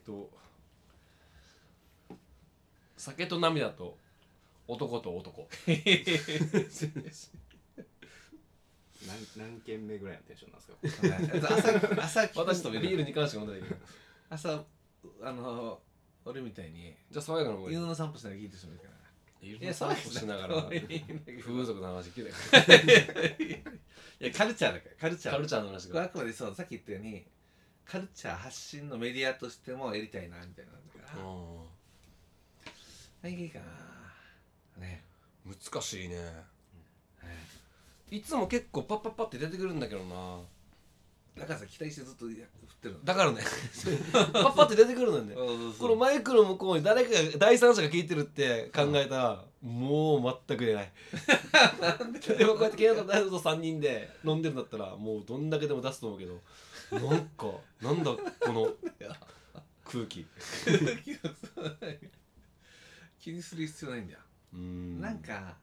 と涙と男と男何軒目ぐらいのテンションなんですか朝私とビールに関して飲んだらいいけど朝俺みたいにじゃあ爽やかな方がいい。 犬の散歩しながら聞いてる人もいるから犬の散歩しながら風俗の話聞いたいやカルチャーだからカルチャーの話これあくまでそうさっき言ったようにカルチャー発信のメディアとしてもやりたいなみたいなんだから何がいいかなね難しいね、いつも結構パッパッパって出てくるんだけどな。 だからさ期待してずっと振ってるのだからねパッパって出てくるのねこのマイクの向こうに誰かが第三者が聞いてるって考えたら、もう全く出ないでもこうやってケンヤと大悟と3人で飲んでるんだったらもうどんだけでも出すと思うけどなんだこの空気気にする必要ないんだよ。なんか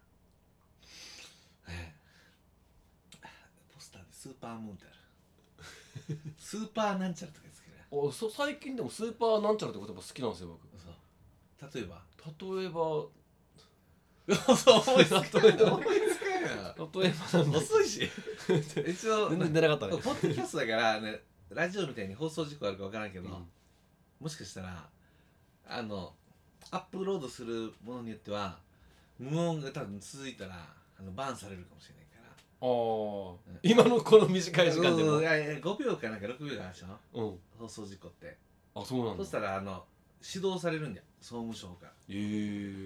ポスターでスーパームーンってあるスーパーなんちゃらとかつける最近でもスーパーなんちゃらって言葉好きなんですよ僕。 そう例えば例えばそう思いつかない例えばなんだ遅いし一応全然出なかったねポッドキャストだからねラジオみたいに放送事故あるか分からんけど、もしかしたらアップロードするものによっては無音が多分続いたらバンされるかもしれないから。 今のこの短い時間でもいやいや5秒かなんか6秒かでしょ、放送事故って。 そうなんだ。 そしたら指導されるんだよ総務省から 。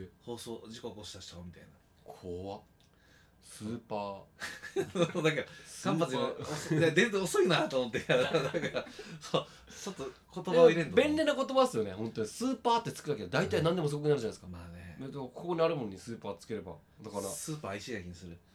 放送事故起こした人みたいな。 怖っ。スーパーだから間髪が出ると遅いなと思ってだからそうちょっと言葉を入れんと便利な言葉っすよね本当に。スーパーってつくだけで大体何でもそこになるじゃないですか。 まあね、 ここにあるものにスーパーつければだからスーパー石焼きにする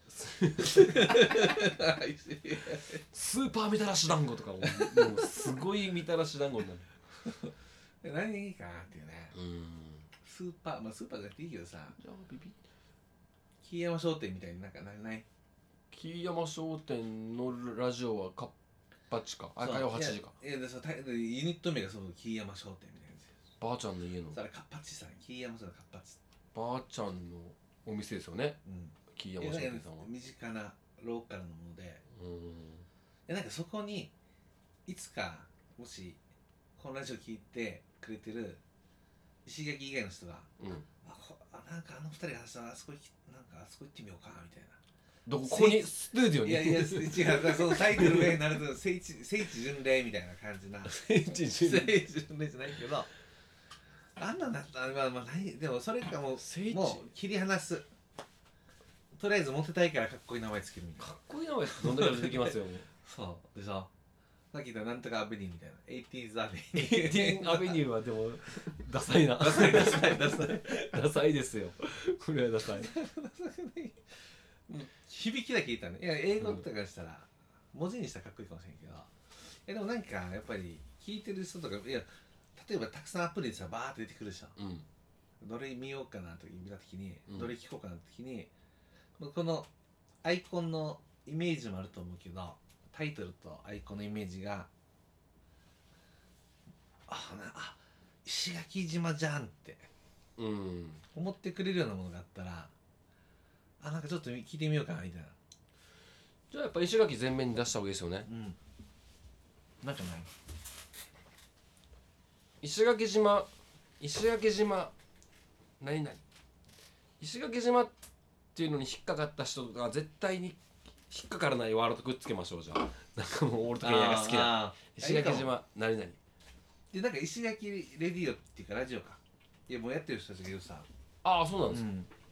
スーパーみたらし団子とかもうすごいみたらし団子になる。 何がいいかなっていうね。スーパー、まあスーパーじゃなくていいけどさ、 じゃあビビ木山商店みたいになんかない木山商店のラジオはカッパチか火曜8時か。 いやユニット名がそう木山商店みたいなやつ。 ばあちゃんの家のそれカッパチさん、木山さんのカッパチ。 ばあちゃんのお店ですよね。木山商店さんは身近なローカルのもので、なんかそこにいつかもしこのラジオ聞いてくれてる石垣以外の人が、なんか二人話したらあそこ行ってみようかみたいな。 ここにスタジオに。 いや違う、そのタイトル上になると聖地巡礼みたいな感じな。 聖地巡礼じゃないけど、あんなんだったらまあないでもそれかもう切り離す。とりあえずモテたいからかっこいい名前つけるみたいな。 かっこいい名前どんだけ出てきますよ。もうそうでしょ。さっき言ったなんとかアベニューみたいな 80s アベニューアベニューはでもダサいな。ダサいですよ。これはダサい。 響きだけ言ったらね。いや英語とかしたら文字にしたらかっこいいかもしれんけど、でもなんかやっぱり聞いてる人とか、いや例えばたくさんアプリでさバーって出てくるでしょ。どれ見ようかなと見た時に、どれ聞こうかなって時に、このアイコンのイメージもあると思うけど、タイトルとアイコンのイメージが石垣島じゃんって思ってくれるようなものがあったら、なんかちょっと聞いてみようかなみたいな。 じゃあやっぱ石垣全面に出した方がいいですよね。 なんかない石垣島何々石垣島っていうのに引っかかった人が絶対に引っかからないワードとくっつけましょう。じゃあなんかもうオールトケンヤが好きな石垣島何々 で、なんか石垣レディオっていうかラジオか、いやもうやってる人たちが言うさ。 そうなんですか。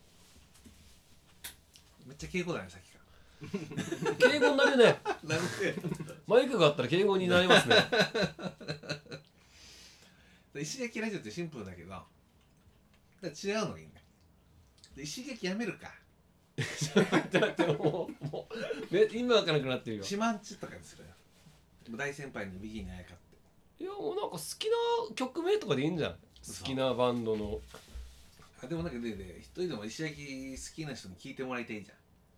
めっちゃ敬語だねさっきか敬語になるね。 なんでマイクがあったら敬語になりますね。 石垣ラジオってシンプルだけど、だから違うのがいいんだよ。で石垣やめるか。 だってもう今わからなくなってるよ。 シマンチとかにするよ。大先輩のビギにあやかって。 いやもうなんか好きな曲名とかでいいんじゃん。好きなバンドの。 でもなんか一人でも石垣好きな人に聞いてもらいたいじゃん。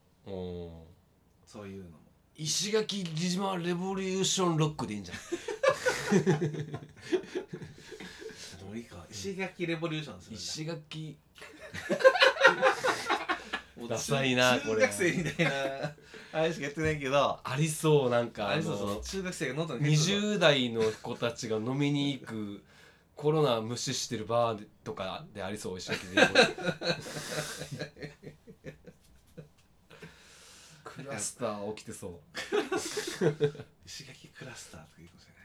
そういうのも。 石垣島レボリューションロックでいいんじゃん。 でもいいか、石垣レボリューションするんだ。 石垣ダサいなこれ。中学生みたいなあれしかやってないけど、 ありそう。なんか中学生がノートに 20代の子たちが飲みに行くコロナ無視してるバーとかでありそう。石垣でクラスター起きてそう。 石垣クラスターとかいいかもしれない。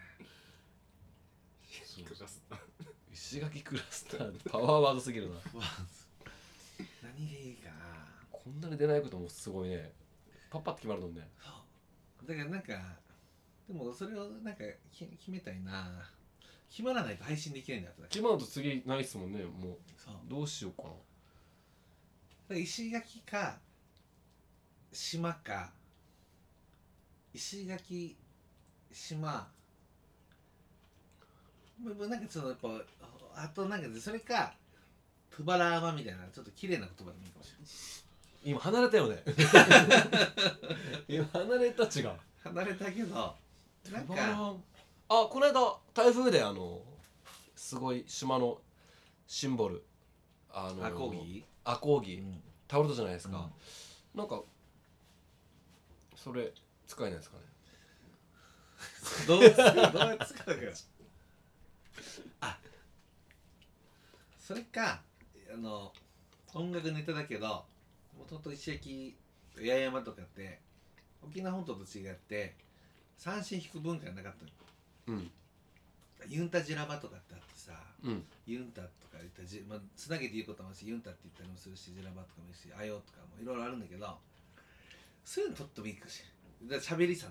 石垣クラスターパワーワードすぎるな。 何がいいかな。 こんなに出ないこともすごいね。パッパって決まるのね。 だからなんかでもそれをなんか決めたいな。決まらないと配信できないんだ。 決まると次ないっすもんね。もうどうしようかな。 だから石垣か島か、石垣島なんかちょっとやっぱあとなんかそれかトゥバラーマみたいなちょっと綺麗な言葉でもいいかもしれない。 今離れたよね。今離れた。違う離れたけどなんかこの間台風ですごい島のシンボルアコーギ倒れたじゃないですか。なんかそれ使えないですかね。 どうやって使うかあ、それか音楽ネタだけどもともと石焼八重山とかって沖縄本島と違って三線弾く文化がなかったの。 うんユンタジラバとかってあってさ、 うんユンタとか言ったらまあ、つなげて言うこともあるしユンタって言ったりもするしジラバとかもいるしアヨとかもいろいろあるんだけどそういうのとってもいいかしら喋りさね。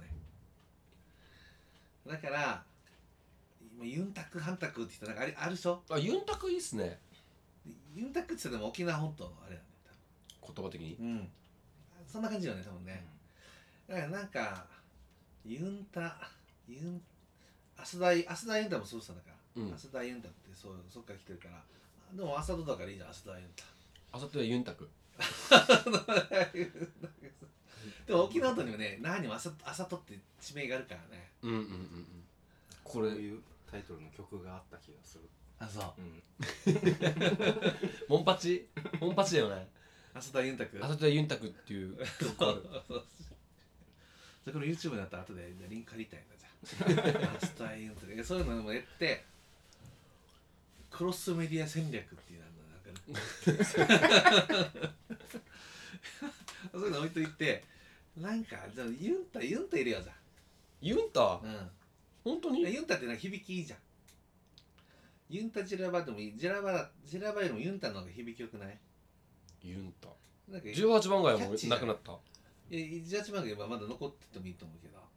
だから今ユンタクハンタクって言ったらなんかあるでしょ。 あ、ユンタクいいっすね。 ユンタクって言っても沖縄本島のあれなんだよ言葉的に多分。うんそんな感じよね多分ね。だからなんかユンタアスダイユンタもそうさだから、 うんアスダイユンタってそっから来てるからでもアサドだからいいじゃんアスダイユンタあさってはユンタク。 でも沖縄本島にもね那覇にもアサトって地名があるからね。 うんうんうんうん。これこういうタイトルの曲があった気がする。 あそうモンパチだよね。 アサダイユンタクあさってはユンタクっていう曲ある。 それこの YouTube になったら後でリンク貼りたいんだじゃんアサダイユンタクそういうのもやってクロスメディア戦略っていうのなんかそういうの置いといてなんかじゃあユンタ入れようじユンタゃん。 本当にユンタってなんか響きいいじゃん。ユンタジラバでもいい。ジラバよりもユンタの方が響きよくない？ ユンタなんか 18番街もキャッチーじゃなんくなった。 18番がまだ残っててもいいと思うけど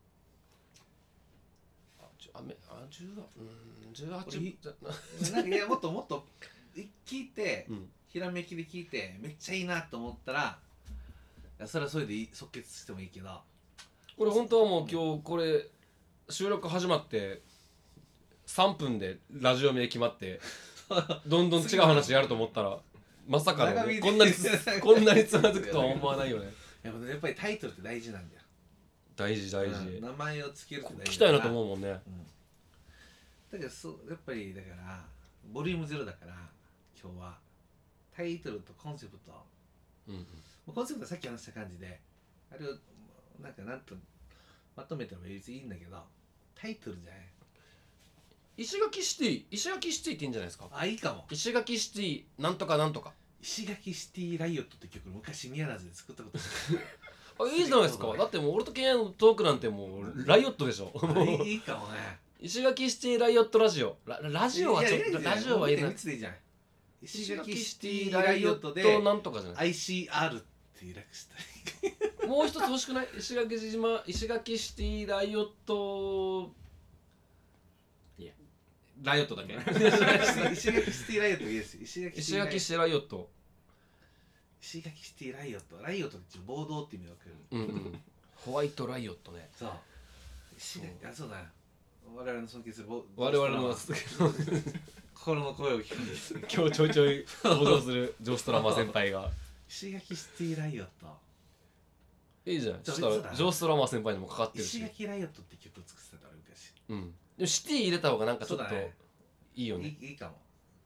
18 なんかいやもっと聞いて、 うんひらめきで聞いてめっちゃいいなと思ったらいやそれはそれで即決してもいいけどこれ本当はもう今日これ収録始まって3分でラジオ名決まってどんどん違う話やると思ったらまさかのねこんなにつまずくとは思わないよね。 やっぱりタイトルって大事なんだよ。 大事うん名前をつけるって大事聞きたいなとう。 思うもんね。 だからやっぱりだからボリューム0だから今日はタイトルとコンセプト、コンセプトはさっき話した感じであれをなんとまとめても別にいいんだけどタイトルじゃない。 石垣シティっていいんじゃないですか。 あいいかも。 石垣シティなんとかなんとか。 石垣シティライオットって曲昔宮ラズで作ったことあ、いいじゃないですか。だってもう俺とケンヤのトークなんてもうライオットでしょ。 いいかもね。 石垣シティライオットラジオ。ラジオはちょっとラジオはいらない。 石垣シティライオットでなんとかじゃない。 ICR っていう略したもう一つ欲しくない？石垣シティライオット。いや、ライオットだけ。 石垣シティライオットいいです。石垣シティライオット。 石垣シティライオットって暴動って意味わかる。 ホワイトライオットね。 そう。そうだ。我々の尊敬する我々の心の声を聞く。 今日ちょいちょい登場するジョーストラマ先輩が石垣シティライオットいいじゃん。そしたらジョーストラマ先輩にもかかってるし。 石垣ライオットって曲を作ってたから昔。 でもシティ入れた方がなんかちょっといいよね。 いいかも。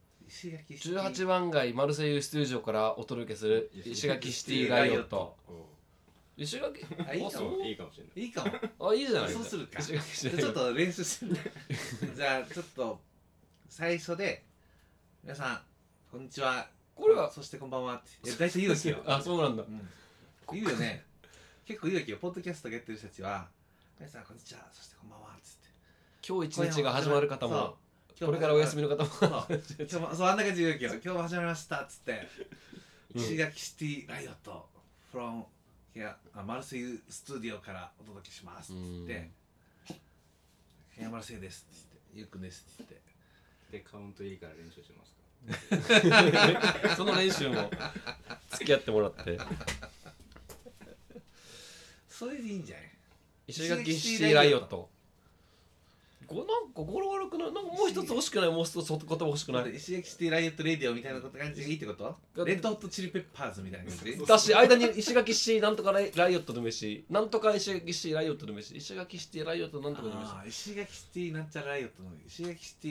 18番街マルセイユスタジオからお届けする石垣シティライオット。石垣いいかもしれない。 いいかも。 あ、いいじゃない。 そうするか。 ちょっと練習してじゃあちょっと最初で皆さんこんにちは。 これはそしてこんばんはって大体言うわけよ。 あ、そうなんだ。 言うよね。結構言うわけよ。ポッドキャストやってる人たちは皆さんこんにちは。そしてこんばんはっつって。 今日一日が始まる方もこれからお休みの方も今日もそうあんな感じで言うわけよ。今日も始まりましたっつって石垣シティライオット from マルセイユスタジオからお届けしますっつって「マルセイユです」っつって「ゆうくんです」っつってでカウントいいから練習しますか。 その練習も付き合ってもらってそれでいいんじゃない。 石垣シティライオットなんか語呂悪くない？なんかもう一つ欲しくない？もう一つ言葉欲しくない？ 石垣シティライオットレディオみたいな感じがいいってこと？レッドホットチリペッパーズみたいな感じだし、間に石垣シティなんとかライオットでもいいし、なんとか石垣シティライオットでもいいし、石垣シティライオットなんとかでもいいし、 石垣シティなんちゃらライオットの石垣シテ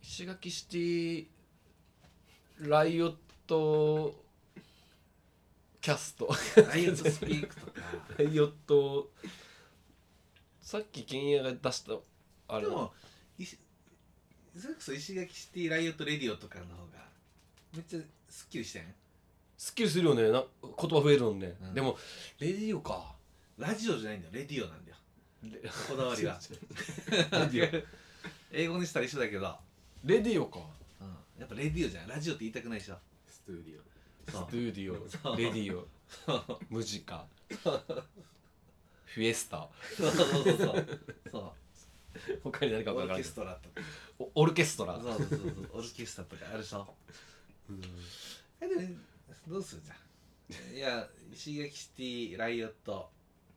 ィライオットキャストライオットスピークとかライオットさっきケンヤが出したあれでもそれこそ石垣シティライオットレディオとかの方がめっちゃスッキリしてん。 すっきりするよね言葉増えるのね、 うんでもレディオかラジオじゃないんだよ、レディオなんだよこだわりはレディオ英語にしたら一緒だけど、 レディオかやっぱレディオじゃん。ラジオって言いたくないでしょ。 ストゥーディオそうストゥーディそうオレディオムジカフィエスタそうそう他に何か分からないオーケストラとかオルケストラそうオーケストラとかあるでしょ。でもどうするじゃん。いや石垣シティライオット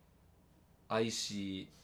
ICR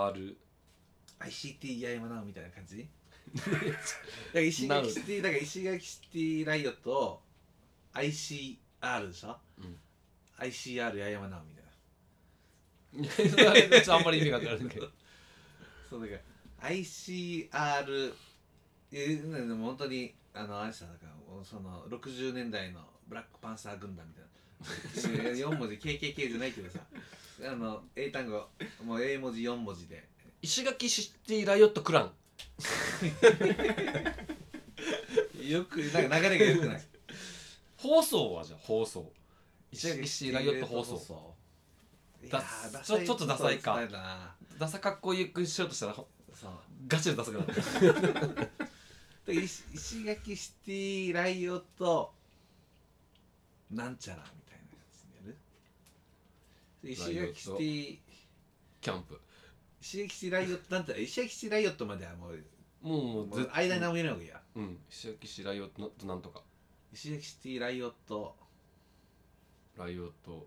ICT 八重山直みたいな感じだから石垣シティだから石垣シティライオットを ICR でしょ、ICR 八重山直みたいな。 あれちょっとあんまり意味が分からないけどそうだから ICR でも本当にあれさだからその60年代のブラックパンサー軍団みたいな4文字 KKK じゃないけどさ英単語もう英文字4文字で石垣シティライオットクランよくなんか流れがよくない。 放送はじゃあ放送石垣シティライオット放送ちょっとダサいか。ダサかっこよくしようとしたらそうガチでダサくなったで石垣シティライオットなんちゃらみたいなやつでやる。で石垣シティキャンプ石垣シティライオットなんて石垣シティライオットまではもうもう間に何も言えないわけや。 石垣シティライオットなんとか石垣シティライオットライオット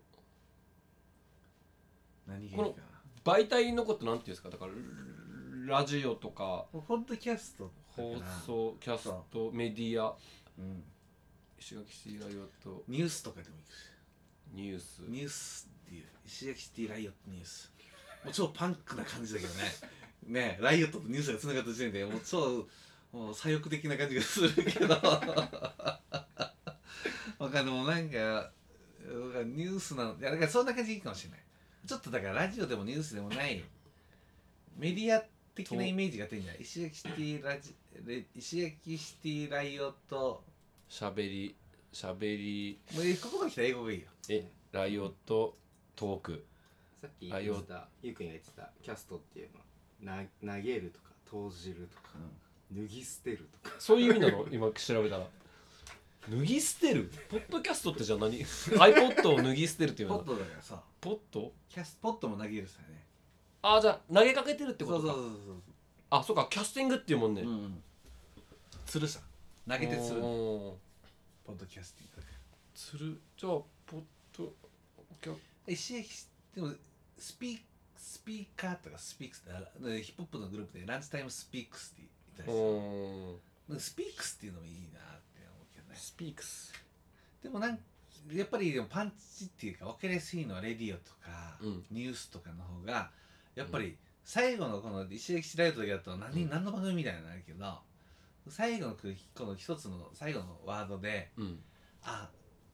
何がいいかな。 媒体のことなんていうんですかだからラジオとかポッドキャスト放送キャストメディア石垣シティライオットニュースとかでもいいしニュースニュースっていう石垣シティライオットニュースもう超パンクな感じだけどねねライオットとニュースがつながった時点でもう超もう左翼的な感じがするけどわかんないもうなんかニュースなのいやだからそんな感じいいかもしれない。ちょっとだからラジオでもニュースでもないメディア的なイメージが出るんじゃない。石垣シティライオットしゃべりもうここまで来たら英語がいいよ。 ライオットトークさっき言ってたゆうくんが言ってたキャストっていうのは投げるとか投じるとか、脱ぎ捨てるとかそういう意味なの今調べたら脱ぎ捨てるポッドキャストってじゃあ何iPod を脱ぎ捨てるっていうのポットだからさポットポットも投げるさね。 あじゃあ投げかけてるってことかそうあそうかキャスティングっていうもんね釣るさ投げて釣るポポッドキャスティング釣るじゃあポッドキャ石垣でもスピーカーとかスピークスってヒップホップのグループでランチタイムスピークスって言ったりする。スピークスっていうのもいいなって思うけどね。 スピークスでもやっぱりでもパンチっていうか分かりやすいのはレディオとか、ニュースとかの方がやっぱり最後のこの石垣市ライトだけだと何の番組みたいになるけど最後のこの一つの最後のワードで、あ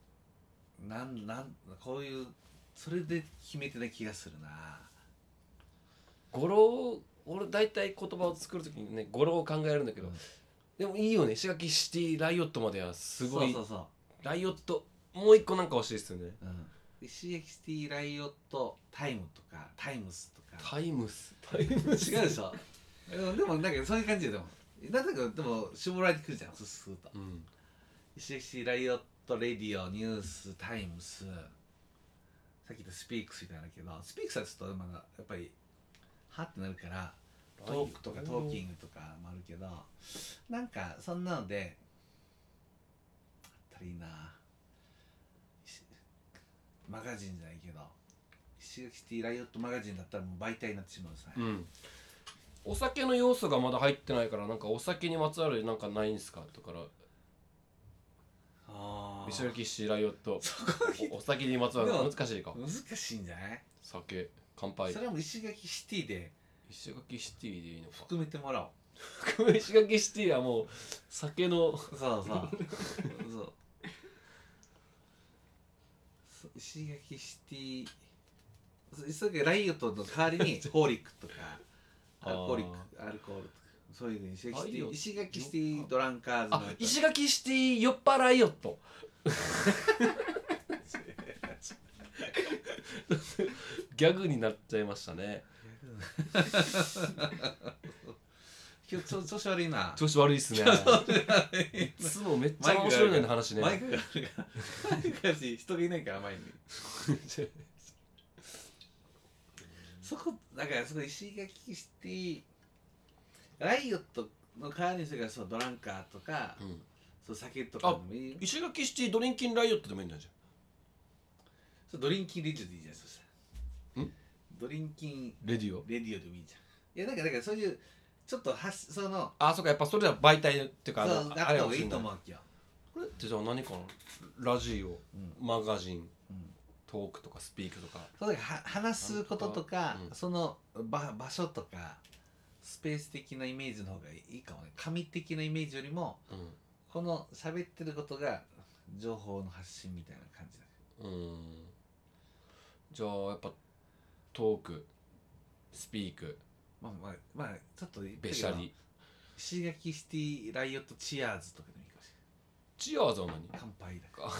こういうそれで決めてない気がするな。 語呂俺大体言葉を作るときにね語呂を考えるんだけど、でもいいよね石垣シティライオットまではすごいそうライオットもう一個なんか欲しいですよね、 石垣シティライオットタイムとかタイムスとかタイムス違うでしょでもなんかそういう感じでなんだかでも絞られてくるじゃんそうすると、石垣シティライオットレディオニュースタイムスさっき言ったスピークスみたいなけどスピークスはちょっとまだやっぱりはってなるからトークとかトーキングとかもあるけどなんかそんなのであったらいいな。マガジンじゃないけど石垣シティライオットマガジンだったらもう媒体になってしまうさ、 お酒の要素がまだ入ってないからなんかお酒にまつわるなんかないんすかだから石垣シティライオットお酒にまつわる難しいか難しいんじゃない。 酒乾杯それはもう石垣シティで石垣シティでいいのか含めてもらおう石垣シティはもう酒のそう石垣シティそれがライオットの代わりにホーリックとかアルコールとかそういう石垣シティドランカーズの石垣シティ酔っ払いヨットギャグになっちゃいましたね。 今日調子悪いな。 調子悪いっすね。いつもめっちゃ面白いね話ね。 マイクがあるからマイクがし人がいないから前にそこだからそこ石垣シティライオットの代わりにそれからそうドランカーとか、そう酒とかでもいい。 石垣シティドリンキンライオットでもいいんだじゃん。 そうドリンキンレディオでいいじゃん。そしたらドリンキンレディオでもいいじゃん。いやだからそういうちょっとそのそうかやっぱそれは媒体っていうかそうあった方がいいと思うわけよ。 これってじゃあ何かなラジオ、マガジン、トークとかスピークとかそうだから話すこととか、その場所とかスペース的なイメージの方がいいかもね。紙的なイメージよりも、この喋ってることが情報の発信みたいな感じだ。 じゃあやっぱトークスピークまあちょっとべしゃり石垣シティライオットチアーズとかでもいいかもしれない。 チアーズは何？ 乾杯だか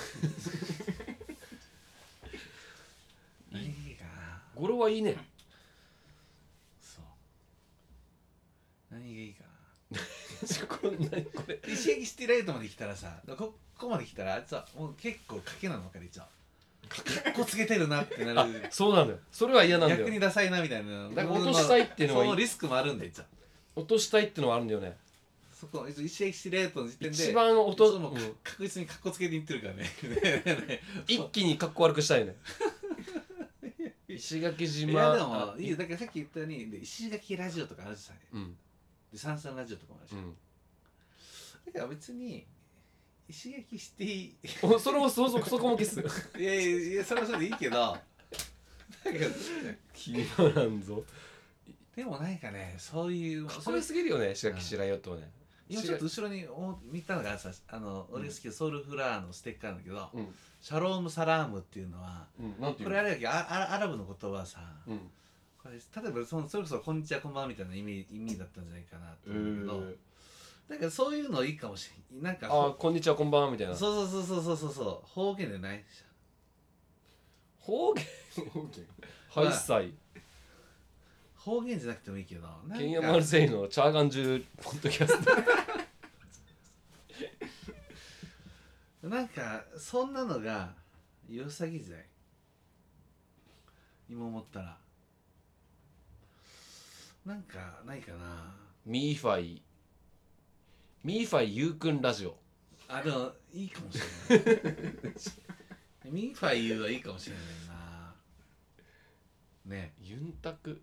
いいかな。 語呂はいいね。 そう何がいいかなこれ石垣シティライオットまで来たらさ、こまで来たらあいつはもう結構賭けなの分かる。一応かっこつけてるなってなる。 そうなんだよ。それは嫌なんだよ。 逆にダサいなみたいな。 だから落としたいっていうのはそのリスクもあるんで一応落としたいっていうのはあるんだよね。 そこ石垣シティライオットの時点で一番確実にかっこつけていってるからね一気にかっこ悪くしたいね。石垣島。 いやでもいいよ。だからさっき言ったように石垣ラジオとかあるじゃん。でサンサンラジオとかもあるじゃん。だから別に石垣シティそこも消す。 いやそれはそれでいいけどだけど暇なんぞ。 でもなんかねそういうかっこよすぎるよね石垣シラヨットはね。 今ちょっと後ろに見たのがさ俺好きなソウルフラワーのステッカーなんだけど、シャロームサラームっていうのは、これあれだけどアラブの言葉さ、これ例えばそれこそこんにちはこんばんはみたいな意味だったんじゃないかなと思うけど、だからそういうのいいかもしれない。なんかこんにちはこんばんはみたいな。 そう方言でない方言はいさい方言じゃなくてもいいけどケンヤマルセイのチャーガンジュポッドキャストなんかそんなのが良さげじゃない今思ったら。なんかないかな。 ミーファイゆうくんラジオ。 でもいいかもしれないミーファイユーはいいかもしれないなね。 ユンタク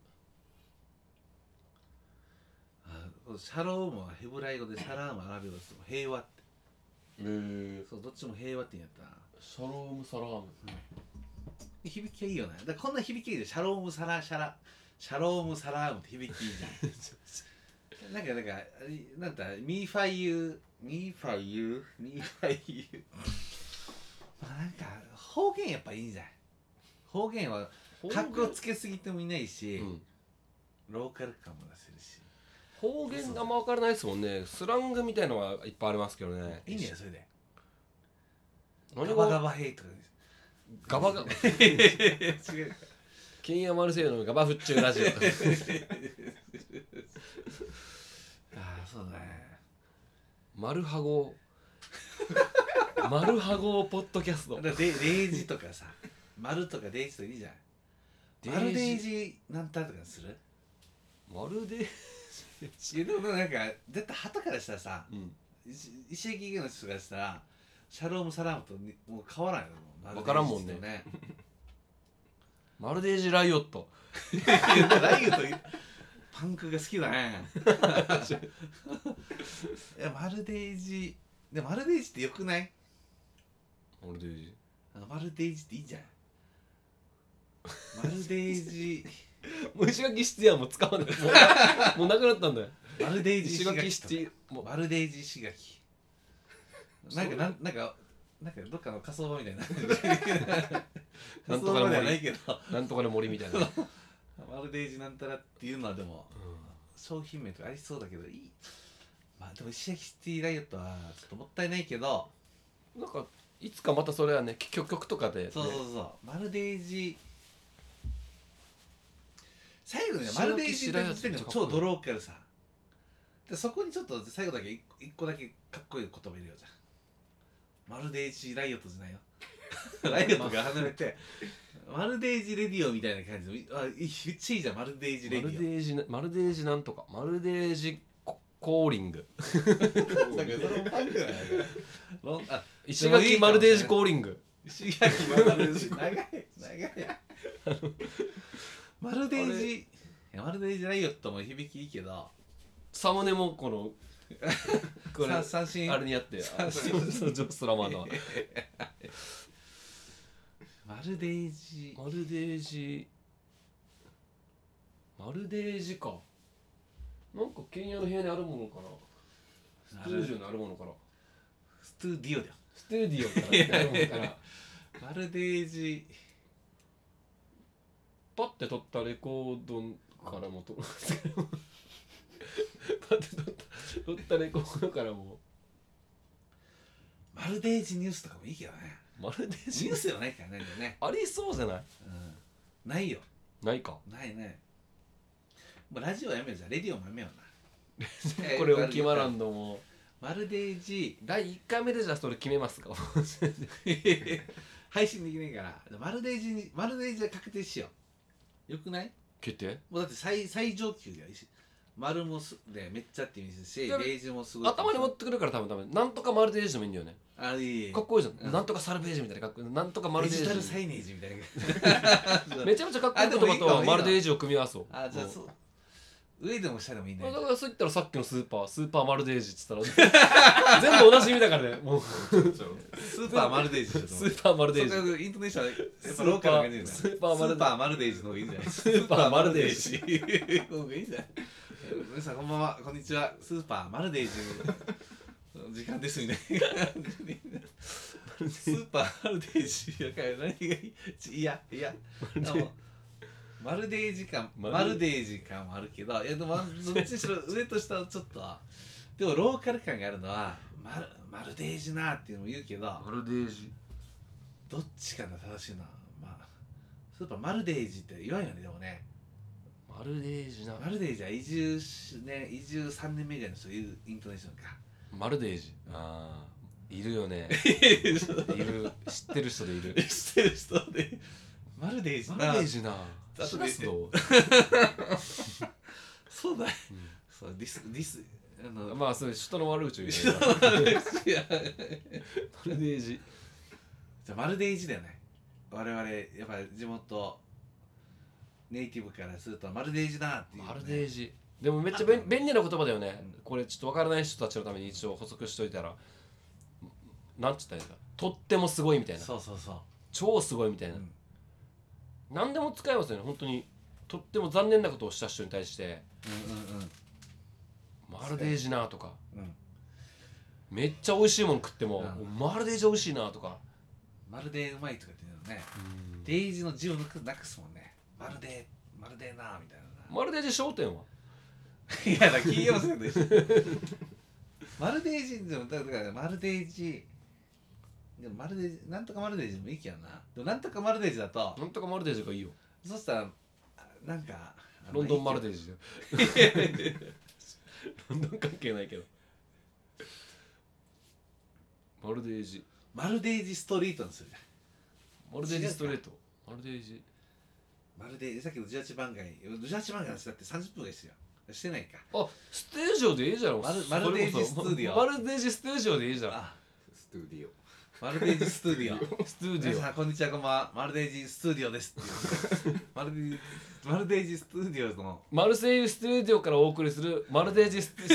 シャロームはヘブライ語でサラームアラビ語です。平和ってそうどっちも平和って言うんやったな。 シャロームサラーム、 響きはいいよね。だからこんな響きいいでシャロームサラームって響きいいじゃんなんかなんだミーファイユーなんか方言やっぱいいじゃん。方言は格好つけすぎてもいないし、ローカル感も出せるし。 方言あんま分からないですもんね。スラングみたいのはいっぱいありますけどね。 いいんだよそれで。 ガバガバヘイとかガバガバ違うケンヤマルセイのガバフッチュラジオそうだね。 マルハゴポッドキャスト。 デイジとかさ丸とかデイジとかいいじゃん。丸デイジなんたらとかする。 丸デイジいやでもなんか絶対旗からしたらさ、石垣の人がしたらシャロームサラームともう変わらないの。 分からんもんね。マルデージライオットライオットパンクが好きだねいやマルデージでマルデージってよくない？ マルデージマルデージっていいじゃん。マルデージもう石垣シティはもう使わないもうなくなったんだよ。 マルデージ石垣シティマルデージ石垣なんかどっかの仮想場みたいななんとかのそのままではない森けどなんとかの森みたいな、 マルデージなんたらっていうのはでも商品名とかありそうだけどいい。まあでも石焼きシティライオットはちょっともったいないけど、 なんかいつかまたそれはね曲とかで、ね、 そうマルデージ最後にねマルデージの時点でも超ドローカルさで、そこにちょっと最後だけ一個だけかっこいい言葉入れようじゃん。マルデージライオットじゃないよライオットが離れてマルデージレディオみたいな感じの、あ、めっちゃいいじゃん。マルデージレディオ、 マルデージなんとかマルデージコーリングだからそれもパンクだよあ、 石垣マルデージコーリング、 石垣マルデージ長いマルデージマルデージライオットも響きいいけど、 サムネもこのこれ三振あれにやって三振ジョーストラマーのマルデージマルデージか、なんかケンヤの部屋にあるものかな、スタジオにあるものかな、 スタディオだよ。 スタディオからあるものかなマルデージパッて撮ったレコードからもパッて撮ったレコードからもマルデージニュースとかもいいけどね。 マルデージニュースではないからね。でね、 ありそうじゃないないよ。 ないかないね。もうラジオやめようじゃん。レディオもやめようなこれを決まらんのもマルデージ第1回目でじゃあそれ決めますか配信できないからマルデージは確定しよう。よくない？ 決定もうだって最上級でいいし、丸もでめっちゃって意味ですし、 でベージュもすごい頭に持ってくるから多分なんとかマルデージでもいいんだよね。 あいいかっこいいじゃん、 うん、 なんとかサルベージみたいなかっこいい、なんとかマルデージデジタルサイネージみたいなめちゃめちゃかっこいい言葉とマルデージを組み合わそう。 あ、じゃあそう上でも下でもいいね。 だからそう言ったらさっきのスーパーマルデージって言ったら全部同じ意味だからね。もうスーパーマルデージスーパーマルデージ、 イントネーションやっぱローカルな感じだよね。 スーパーマルデージの方がいいんじゃない？ スーパーマルデージの方がいいんじゃない？皆さんこんばんは、こんにちは。スーパーマルデージの時間ですみたいな感じ。スーパーマルデージやから何がいい？いやマルデージ感もあるけど、いやでもどっちにしろ上と下はちょっとでもローカル感があるのはマルデージなっていうのも言うけど、 マルデージどっちかが正しいな。まあスーパーマルデージって言わんよね。でもね、 マルデージな、 マルデージは移住3年目ぐらいの人言うイントネーションか。 マルデージ、ああいるよねいる、知ってる人でいる知ってる人でマルデージな、 マルデージな、 あとでそうだ、そうディスまあそれ人の悪口を言うねマルデージ、 じゃマルデージだよね。我々やっぱり地元ネイティブからするとマルデージだっていう、ね、 マルデージでもめっちゃ便利な言葉だよね、これちょっと分からない人たちのために一応補足しといたら、なんつったらいいんだ、とってもすごいみたいな、 そう超すごいみたいな、何でも使えますよね。本当にとっても残念なことをした人に対してマルデージなとか、めっちゃ美味しいもの食っても、マルデージ美味しいなとか、 まるでうまいとかっていうのね、デイジの字をなくすもんね。まるでなみたいな。 マルデージ商店はいやだ、企業せんでしょマルデージでもだからマルデージでもマルデージなんとかマルデージでもいいけどな。でもなんとかマルデージだとなんとかマルデージがいいよ。 そしたらなんかロンドンマルデージだよロンドン関係ないけどマルデージストリートにするじゃん。 マルデージストレート、マルデージさっきの18番街の話だって30分ぐらいしてよ。してないか。 あ、ステージオでいいじゃん。 マルデージスタジオ。 マルデージステージオでいいじゃん。 スタジオ。 マルデージスタジオ。 スタジオ。 皆さんこんにちは、こんばんは。マルデージスタジオですっていう。マルデージスタジオのマルセイユスタジオからお送りするマルデージスタジ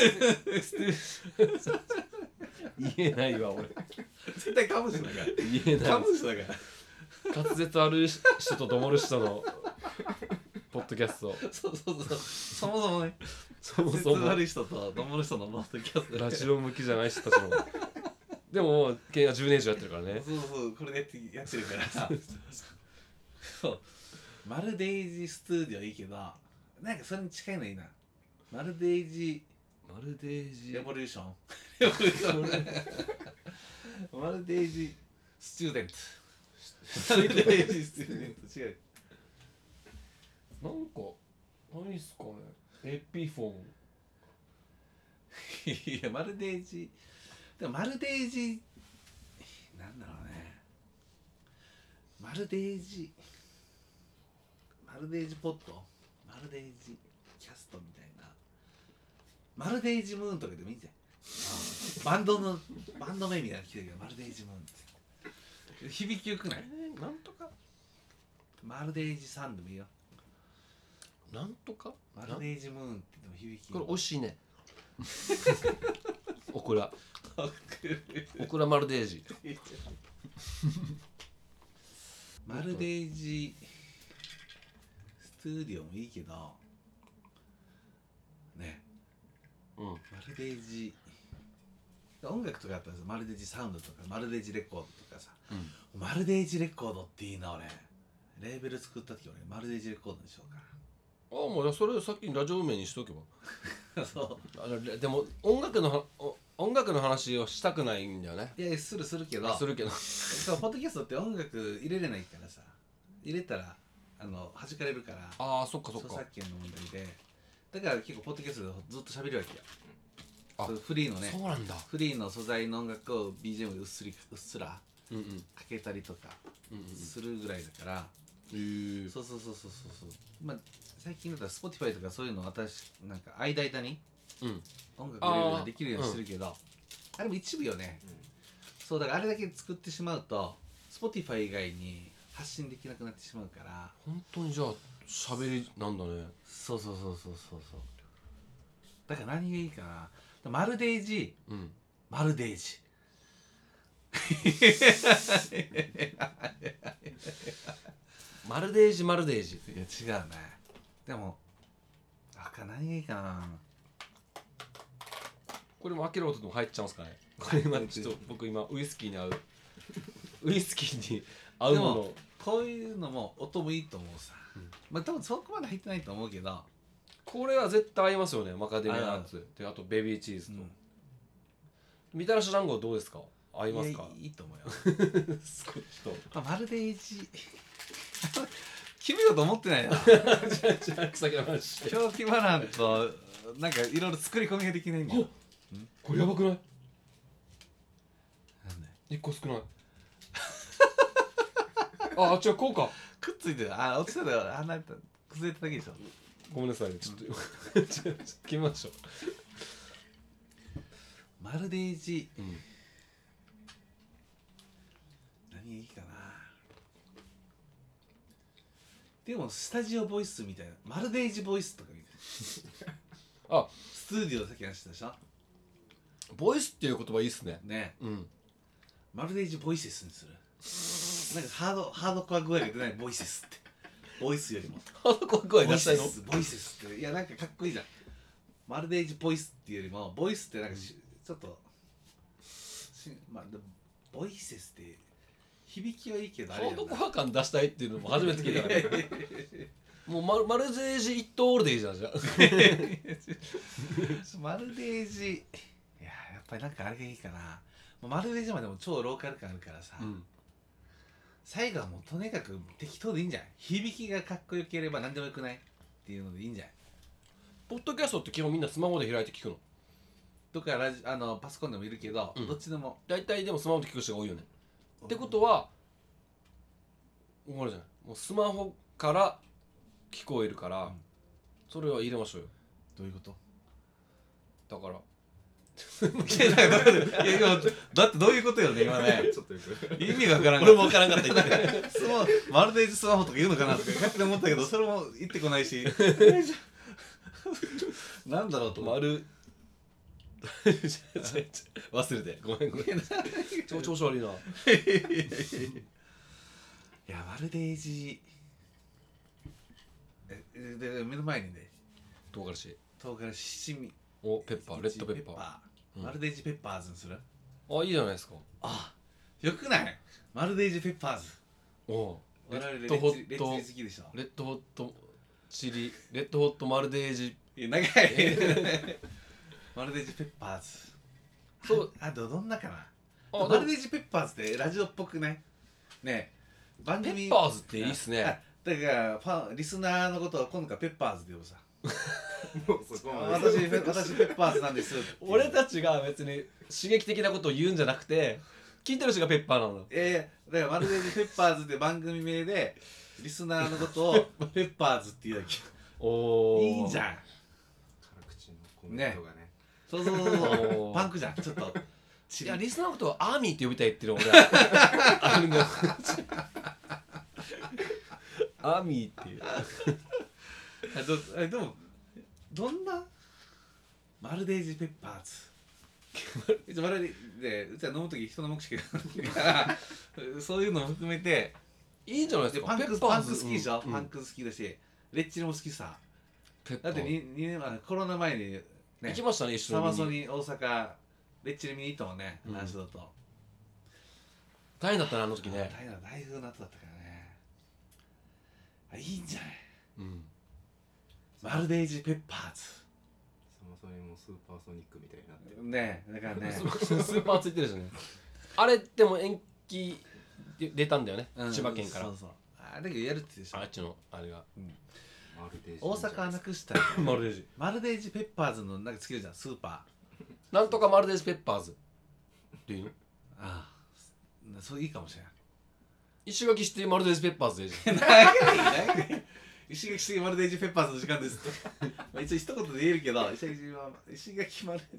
オ。言えないわ俺。 絶対カムシだから。 言えない。 カムシだから。 滑舌悪い人とどもる人のポッドキャスト。 そうそもそもね、滑舌悪い人とどもる人のポッドキャスト。 ラジオ向きじゃない人たちの。でもケンは10年以上やってるからね。 そうこれでやってるからさ。 そうマルデイジスタジオいいけどなんかそれに近いのいいなマルデイジマルデージレボリューションレボリューションマルデイジスチューデントマルデイジスチューデント違うなんか何っすかねエピフォンいやマルデイジでもマルデイジなんだろうねマルデイジポットマルデイジキャストみたいなマルデイジムーンとかでもいいんじゃんバンド名みたいなの来てるけどマルデイジムーンって響きよくないなんとかマルデイジサンでもいいよなんとかマルデイジムーンってでも響きこれ美味しいねオクラマルデージマルデイジスタジオもいいけどねうんマルデイジ音楽とかあったらさマルデイジサウンドとかマルデイジレコードとかさ、マルデイジレコードっていいな俺レーベル作った時俺マルデイジレコードにしようかああもうそれさっきラジオ名にしとけばなそうでも音楽の話をしたくないんだよねいやするけどするけどそうポッドキャストって音楽入れれないからさ入れたら弾かれるからああそっかそっ著か作権の問題でだから結構ポッドキャストでずっと喋るわけよあそうフリーのねそうなんだフリーの素材の音楽を BGM でうっすらうんうんかけたりとかうんうんするぐらいだから、 へえそうまあ最近だったら Spotify とかそういうの私なんか間にうん音楽入れるようにできるようにしてるけどあれも一部よね、そうだからあれだけ作ってしまうと Spotify 以外に発信できなくなってしまうから本当にじゃあ喋りなんだねそうだから何がいいかなマルデイジうんマルデイジマルデージマルデージいや違うねでも何がいいかなこれも開ける音でも入っちゃうんすかねこれ今ちょっと僕今ウイスキーに合うウイスキーに合うものでもこういうのも音もいいと思うさ、まあ多分そこまで入ってないと思うけどこれは絶対合いますよねマカデミアナッツであとベビーチーズと、みたらし団子どうですか合いますかいいと思うよスコッチとまるでイジ決めようと思ってないよじゃあ草木の話今日決まらんとなんかいろいろ作り込みができないんだよこれやばくないなんで 1個少ないあ違うこうかくっついてる落ちてたよ離れた崩れただけでしょごめんなさいねちょっとちょっと決めましょまるでイジう、 何がいいかなでもスタジオボイスみたいなまるでイジボイスとかみたいなあスタジオさっき話したでしょボイスっていう言葉いいっすねねうんまるでイジボイセスにするなんかハードコア具合が出ないボイセスってボイスよりもハードコア声出したいのボイセスっていやなんかかっこいいじゃんまるでイジボイスっていうよりもボイスってなんかちょっとまあでもボイセスって響きはいいけどあハーれやなドコア感出したいっていうのも初めて聞いたからもうマルデージ一等オールでいいじゃんじゃあマルデージいややっぱりなんかあれがいいかなもうマルデージまでも超ローカル感あるからさ、最後はもうとにかく適当でいいんじゃない響きがかっこよければ何でもよくないっていうのでいいんじゃないポッドキャストって基本みんなスマホで開いて聞くのとかパソコンでもいるけど、どっちでも大体でもスマホで聞く人が多いよねってことはもうあれじゃないもうスマホから聞こえるから、それは入れましょうよどういうことだからいやだってどういうことよね今ねちょっとよく意味がわからん俺も分からんかった今マルデージスマホとか言うのかなとか勝手に思ったけどそれも言ってこないしなんだろうと思って丸忘れてごめん調子悪いないやマルデージで目の前にね唐辛子唐辛子七味おペッパーレッドペッパーマルデージペッパーズにするあいいじゃないですかあよくないマルデージペッパーズお我々レレッドホットッチリ好きでしょ。 レッドホットチリレッドホットマルデージいや長いマルデージペッパーズ。 そうあとどんなかな。 あマルデージペッパーズってラジオっぽくないね。番ペ組ッパーズっていいっすね。 あだからリスナーのことを今度からペッパーズで呼ぶさ。 もうそこまで私ペッパーズなんです。 俺たちが別に刺激的なことを言うんじゃなくて聞いてる人がペッパーなの。 だからマルデージペッパーズって番組名でリスナーのことをペッパーズって言うわけ。 おーいいんじゃん。 辛口のコメントがねそうそうそうそう。パンクじゃん。ちょっと。 いやリスナーのことをアーミーって呼びたいっていうの俺はあるんだよアーミーっていうでもどんなマルデージペッパーズ一応我々でうちは飲むとき人の目視がそういうのも含めていいんじゃないですか。 パンク好きでしょ、 うんパンク好きだしレッチリも好きさ。 ペッパーだって2年前コロナ前にね行きましたね一緒サマにソに大阪レッチリ見に行ったもんね、 うんランシドと大変だったねあの時ね。 大変な台風の後だったからね。あいいんじゃないうんマルデージペッパーズサマソニもスーパーソニックみたいになってるねだからねスーパーついてるしね。あれでも延期で出たんだよね、 うん千葉県から。 そうそうあれだけどやるって言ってたでしあっちのあれがまるでょ。大阪はなくしたらマルデージマルデージペッパーズのなんかつけるじゃんスーパなんとかマルデージペッパーズっていうの。 ー。ああそういいかもしれない。 石垣してマルデージペッパーズでいいじゃん。 長い石垣市マルデージペッパーズの時間ですってまあ一応一言で言えるけど石垣マルデージペッ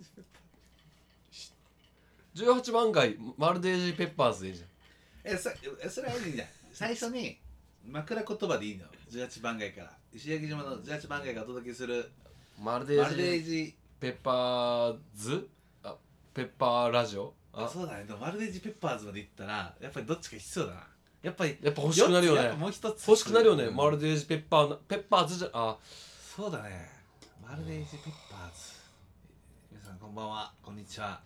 パー 18番街マルデージペッパーズでいいじゃん。 ズそれはいいんじゃん。最初に枕言葉でいいのよ。18番街から石垣島の18番街がお届けするマルマルデージデージペッパーズペッパーラジオそうだね。でもマルデージペッパーズまでいったらやっぱりどっちか必要だな。やっぱり欲しくなるよね。 やっぱもう一つ欲しくなるよね、 うんマルデージペッパーズじゃそうだね。マルデージペッパーズ。皆さんこんばんは、こんにちは。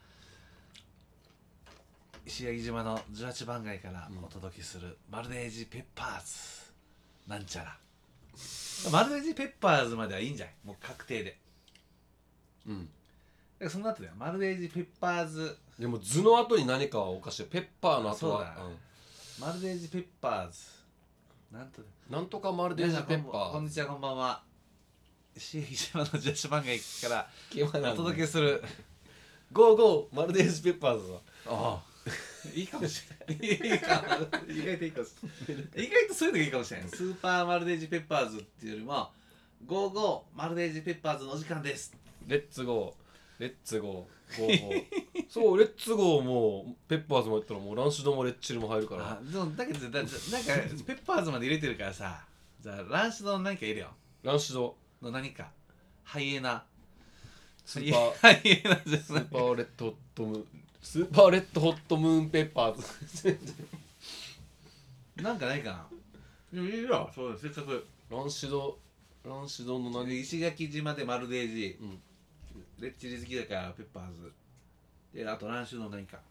石垣島の18番街からお届けするマルデージペッパーズなんちゃら。マルデージペッパーズまではいいんじゃない？もう確定で。 うん。 だからその後だよ。マルデージペッパーズ。 でも図の後に何かはおかしい。ペッパーの後そうだは、 マルデージペッパーズ。なんとなんとかマルデージペッパーこんにちは、こんばんは。石垣島の18番街からおお届けする。 ゴーゴーマルデージペッパーズはああいいかもしれない。いいかも意外といいかもしれない。意外とそういうのがいいかもしれない。スーパーマルデージペッパーズっていうよりもゴーゴーマルデージペッパーズのお時間です。 レッツゴーレッツゴーゴーゴーそうレッツゴーもペッパーズもやったらもうランシュドもレッチリも入るからあでもだけどなんかペッパーズまで入れてるからさ、じゃあランシドの何か入れよランシュドの何かハイエナスーパーハイエナじゃないスーパーレッドホットムーンスーパーレッドホットムーンペッパーズなんかないかな。でもいいよ。そうだせっかくランシドの何石垣島でマルデージ、 うんレッチリ好きだからペッパーズで、あとランシュの何か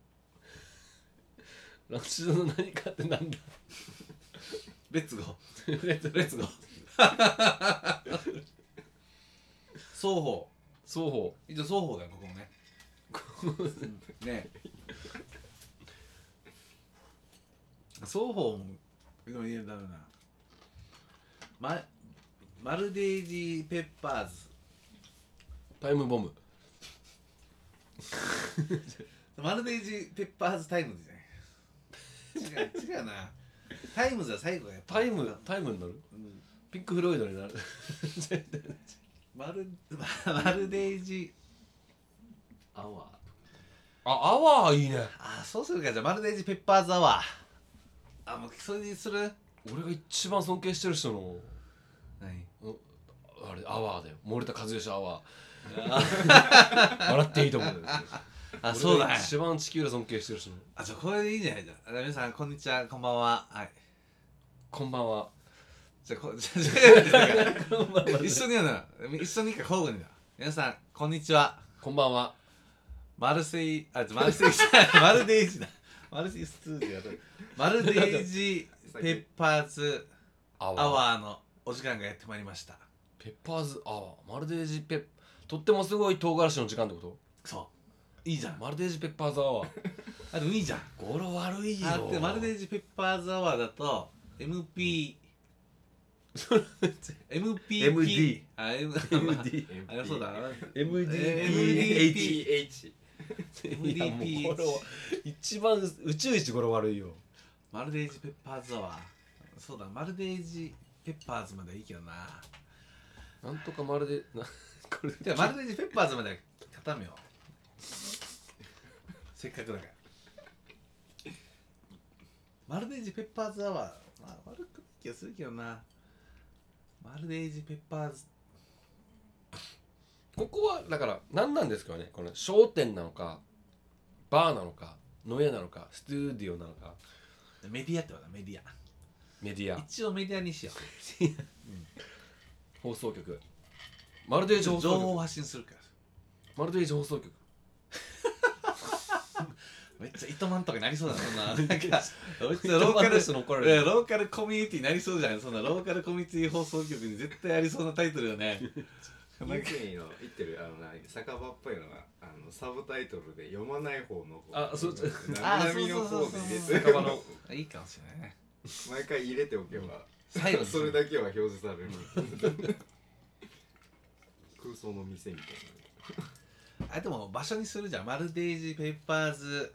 ランシドの何かってなんだレッツゴーレッツゴー双方双方一応双方だよここもねね双方もでもいやだめなマルデージペッパーズタイムボムマルデージペッパーズタイムズじゃない違うな。タイムズは最後やっぱタイムになるうんピンク・フロイドになるマルデージアワーアワーいいね。 あそうするか。じゃあマルデージペッパーズアワーもうそれにする。 俺が一番尊敬してる人の何あれアワーだよ。森田和義アワー笑っていいと思うそうだね。 俺が一番地球で尊敬してる人のじゃあこれでいいんじゃない。じゃあ皆さんこんにちは、こんばんは。はいこんばんはじゃあ一緒にやるな。一緒にか交互にだ。皆さんこんにちは。 こんばんはマルデージだ。マルデージスツーディアマルデージペッパーズアアワーのお時間がやってまいりました。 ペッパーズアワーマルデージとってもすごい唐辛子の時間ってことそういいじゃん。 マルデージペッパーズアワーあでもいいじゃん。 語呂悪いよあってマルデージペッパーズアワーだと MP MD あ MD あそうだ MDPH いやもうこれは一番宇宙一語呂悪いよマルデージペッパーズアワーそうだマルデージペッパーズまではいいけどな。 なんとかまるでこれじゃあマルデージペッパーズまで固めようせっかくだからマルデージペッパーズアワーまあ悪くない気がするけどな。マルデージペッパーズここはだから何なんですかねこの商店なのかバーなのか飲み屋なのかスタジオなのかメディアってことだメディアメディア一応メディアにしよ放送局マルデーうジ放送局情報を発信するからマルデージ放送局めっちゃ糸満とかになりそうだなそんななんかロローカルの怒られるローカルコミュニティになりそうじゃんそんなローカルコミュニティ放送局に絶対ありそうなタイトルよねゆうくんの言ってる酒場っぽいのがサブタイトルで読まない方の方あそう波の方で入れて酒場のいいかもしれないね毎回入れておけば最後にそれだけは表示される空想の店みたいあでも場所にするじゃんマルデージペッパーズ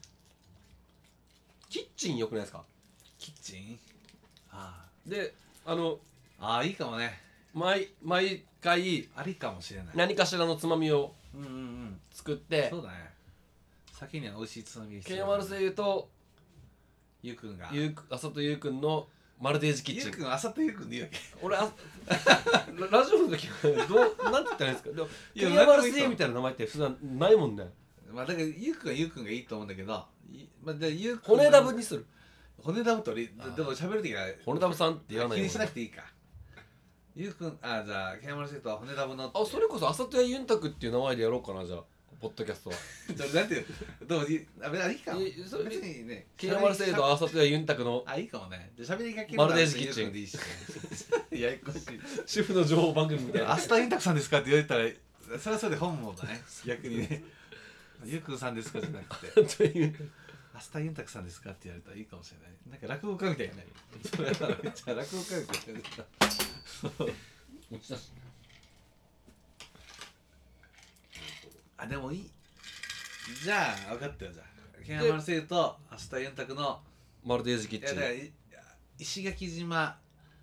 キッチンよくないですかキッチンあであいいかもね毎回ありかもしれない何かしらのつまみをうんうんうん作ってそうだね先には美味しいつまみが必ケン要ヤマルセイユとゆうくんが浅戸ゆうくんのマルデージキッチンゆうくんあさってゆうくんでいいわけ俺ラジオの時はなんて言ったらいいんですかでもいやケンヤマルセイユみたいな名前って普段ないもんねまあだからゆうくんはゆうくんがいいと思うんだけどまあ、でゆうくん骨ダブにする骨ダブとでも喋る時は骨ダブさんって言わないよ気にしなくていいかゆうくんじゃあケンヤマルセイユとは骨ダブのあそれこそ浅戸屋ユンタクっていう名前でやろうかなじゃあポッドキャストはなんていうでもあいいかもそれ別にねケンヤマルセイユと浅戸屋ユンタクのあいいかもねじゃあ喋りかけるマルデージキッチンでいいしややこしい主婦の情報番組みたいなアスタインタクさんですかって言われたらそれはそれで本望だね逆にねゆうくんさんですかじゃなくてアスタユンタクさんですかって言われたらいいかもしれないなんか落語家みたいなねそれはめっちゃ落語家みたいなあでもいいじゃあ分かったよじゃあケンヤマルセイユとアスタユンタクのマルデージキッチンいやだから石垣島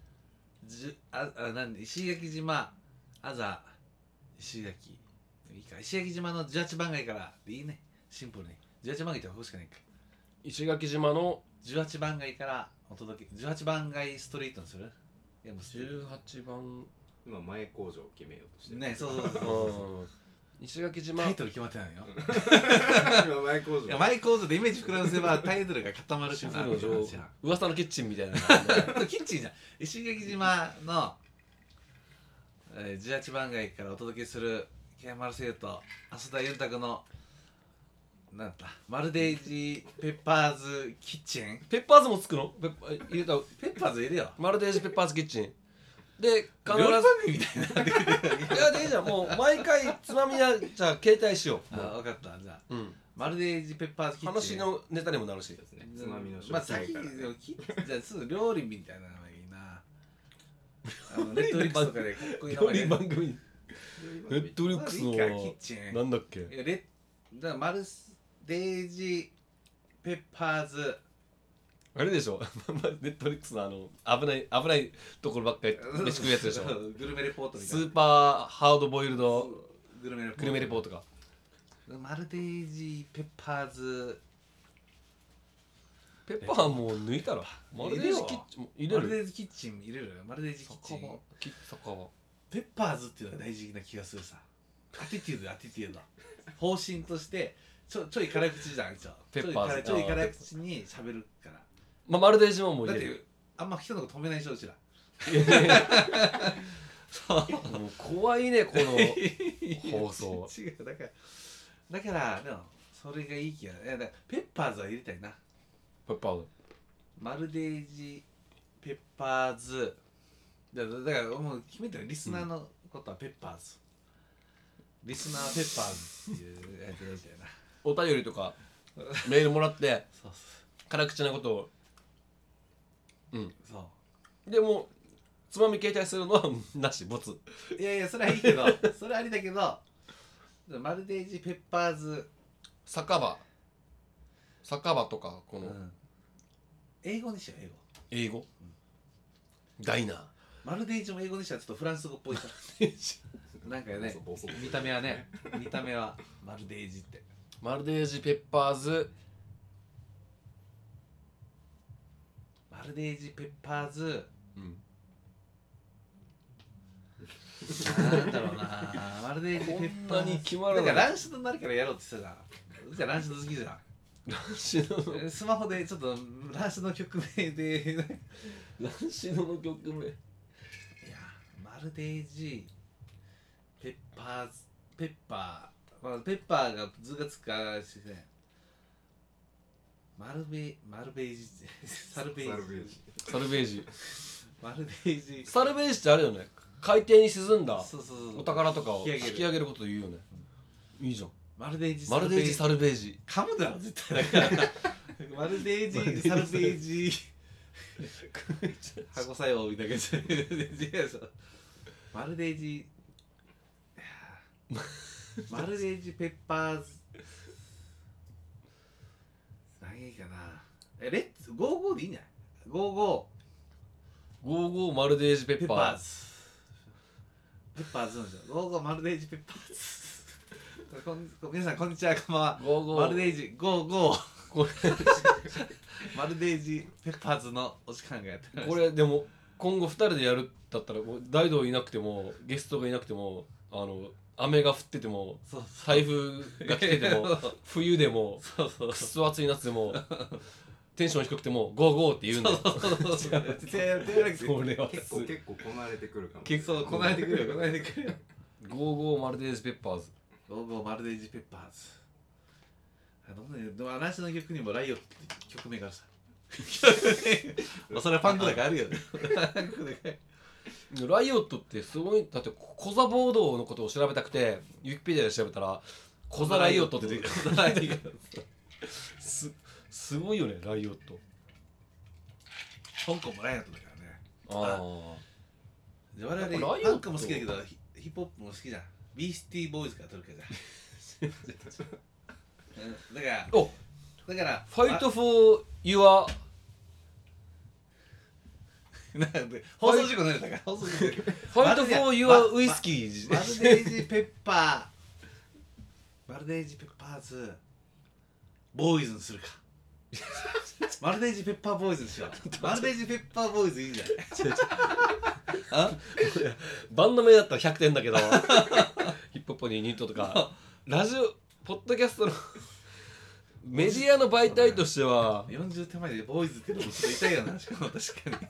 石垣島石垣いいか石垣島の18番街からでいいねシンプルに18番街ってここしかないか石垣島の 18番街からお届け18番街ストリートにするいやもう 18番今前工場を決めようとしてるねそう石垣島タイトル決まってないのよ今前工場いや前構造でイメージ膨らませばタイトルが固まるかな主婦の情報噂のキッチンみたいなキッチンじゃん石垣島の、18番街からお届けするケンヤマルセイユと浅田ユンタクのなんだマルデージペッパーズキッチンペッパーズもつくの入れたペッパーズいるよマルデージペッパーズキッチンで必ず料理番組みたいになってくるいやでいいじゃんもう毎回つまみはじゃあ携帯しよう分かったじゃあうんマルデージペッパーズキッチン話のネタにもなるしですねつまみのまあ先からでもじゃあすぐ料理みたいなのがいいなネットフリックスとかでかっこいい名料前理番組ネットフリックスのいいかキッチンなんだっけいやだからマルデージペッパーズあれでしょネットフリックスの危ないところばっかり飯食うやつでしょグルメレポートみたスいなーパーハードボイルドグルメレポートグルメレポートかマルデージペッパーズペッパーもう抜いたらマルデージキッチン入れるマルデージキッチン入れるよマルデージキッチン酒場ペッパーズっていうのが大事な気がするさアティテュード方針としてちょい辛口じゃん一応ペッパーズちょい辛口に喋るからまあマルデージももうだって入れるあんま人のこと止めないでしょうちらもう怖いねこの放送違うだからでもそれがいい気がいやだからペッパーズは入れたいなペッパーズマルデージペッパーズだからもう決めたらリスナーのことはペッパーズ、リスナーペッパーズっていうやつみたいなお便りとかメールもらってそう辛口なことをそうでもつまみ携帯するのはなしボツ。 いやいやそれはいいけどそれはありだけどマルデージペッパーズ酒場とかこの、 英語にしよう英語、ダイナーマルデージも英語にしたらちょっとフランス語っぽいさなんかね見た目はマルデージってマルデージペッパーズマルデージペッパーズなんだろうなマルデージペッパーズこんなに決まらない。 だからランシドになるからやろうって言ってたじゃんランシド好きじゃんランシドのスマホでちょっとランシドの曲名でランシドの曲名いやマルデージペッパー、まあ、ペッパーが図がつくからしてねマルベージサルベージサルベージマルベージサルベージってあれよね、海底に沈んだそうお宝とかを引き上げる引き上げること言うよね、いいじゃん。 マルデージマルデージサルベージ噛むだろ絶対だからマルデージサルベージハゴ作用みたいな感じでマルデージマルデージペッパーズ何がいいかなレッツ55でいいんじゃない55 55マルデージペッパーズペッパーズなんですよ55マルデージペッパーズ皆さんこんにちはこんばんは 55 マルデージ55マルデージペッパーズのお時間がやってますこれでも今後2人でやるだったらもう大道いなくてもゲストがいなくても雨が降っててもそう台風が来てても冬でもそうくっそ暑い夏でもテンション低くてもゴーゴーって言うんだよ。それは結構こなれてくるかも。 結構こなれてくるよゴーゴーマルデージペッパーズ 55マルデージペッパーズでも話の曲にもライオットって曲名があるさそれはパンクだからあるよねライオットってすごいだってコザボードのことを調べたくてウィキペディアで調べたらコザライオットって出てきたすごいよねライオット。 香港もライオットだからねあ我々パンクも好きだけどヒップホップも好きじゃん。ビースティーボーイズから取るからじゃんだからファイトフォーユアなんで放送事故になるだから放送事故ファイトフォーユアウイスキーマルデージペッパーマルデージペッパーズボーイズにするかマルデージペッパーボーイズにしようマルデージペッパーボーイズいいんじゃないあバンド名だったら100点だけどヒップホップにユニットとかラジオポッドキャストのメディアの媒体としては 40手前でボーイズっていうのもちょっと痛いよなしかも確か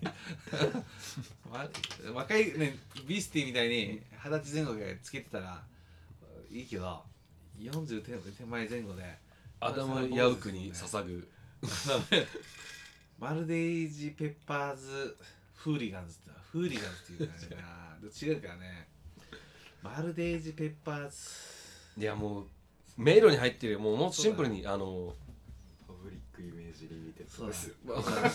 に若いねビスティみたいに20歳前後がつけてたらいいけど40手前前後でアダム・ヤウクに捧ぐマルデージペッパーズフーリガンズっていうか違うからねマルデージペッパーズいやもう迷路に入ってるよもうシンプルにパブリックイメージリミテッドですよ。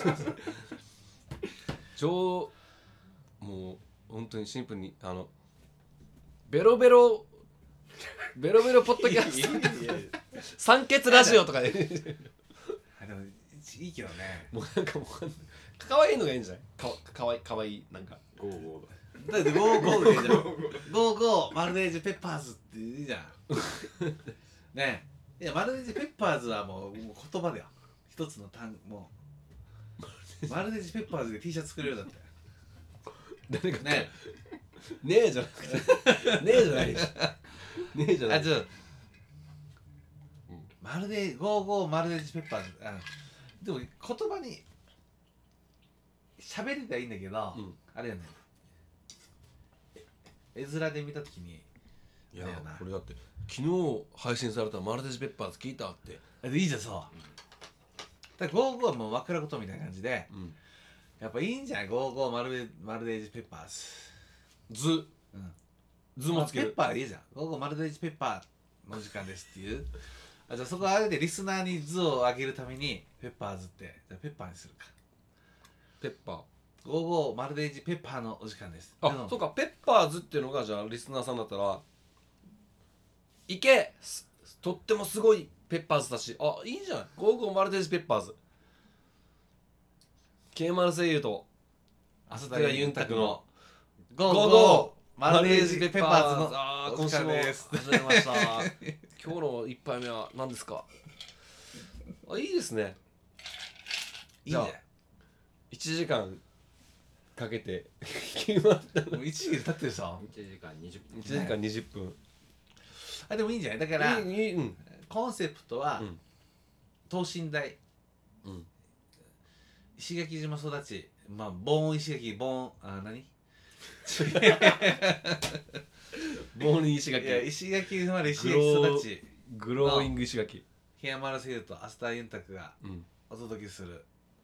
超もう本当にシンプルにベロベロポッドキャスト酸欠ラジオとかででもいいけどねもうなんかもう可愛いのがいいんじゃないかわいいなんかゴーゴーだって55でいいじゃん55マルデージペッパーズっていいじゃんねえいやマルデージペッパーズはもう言葉だよ一つの単語もうマルデージペッパーズで T シャツ作れるだって誰かねねえじゃなくてねえじゃないしねえじゃないちょっとまるで55マルデージペッパーズでも言葉に喋れたらいいんだけど、あれよね絵面で見たときにいやこれだって昨日配信されたマルデージペッパーズ聞いたっていいじゃんそうだから55はもう枕言みたいな感じでうんやっぱいいんじゃない55マルデージペッパーズ図うん図もつけるペッパーでいいじゃん55マルデージペッパーの時間ですっていうじゃあそこはあれでリスナーに図を上げるためにペッパーズってじゃあペッパーにするかペッパー 55マルデージペッパーのお時間ですそうかペッパーズっていうのがじゃあリスナーさんだったらいけとってもすごいペッパーズだしいいんじゃない55マルデージペッパーズケイマル声優と浅田ユンタクの 55マルデージペッパーズのお時今週も間です始めました今日の一杯目は何ですかいいですねいいんじゃない 1時間かけて決まったもう1時間経ってるさ 1時間20分 1時間20分でもいいんじゃないだからうんコンセプトはうん等身大うん石垣島育ちまあボーン石垣ボーン何ボーニー石垣いや石垣生まれ石垣育ちグローイング石垣檜山原生と浅田ユンタクがうんお届けする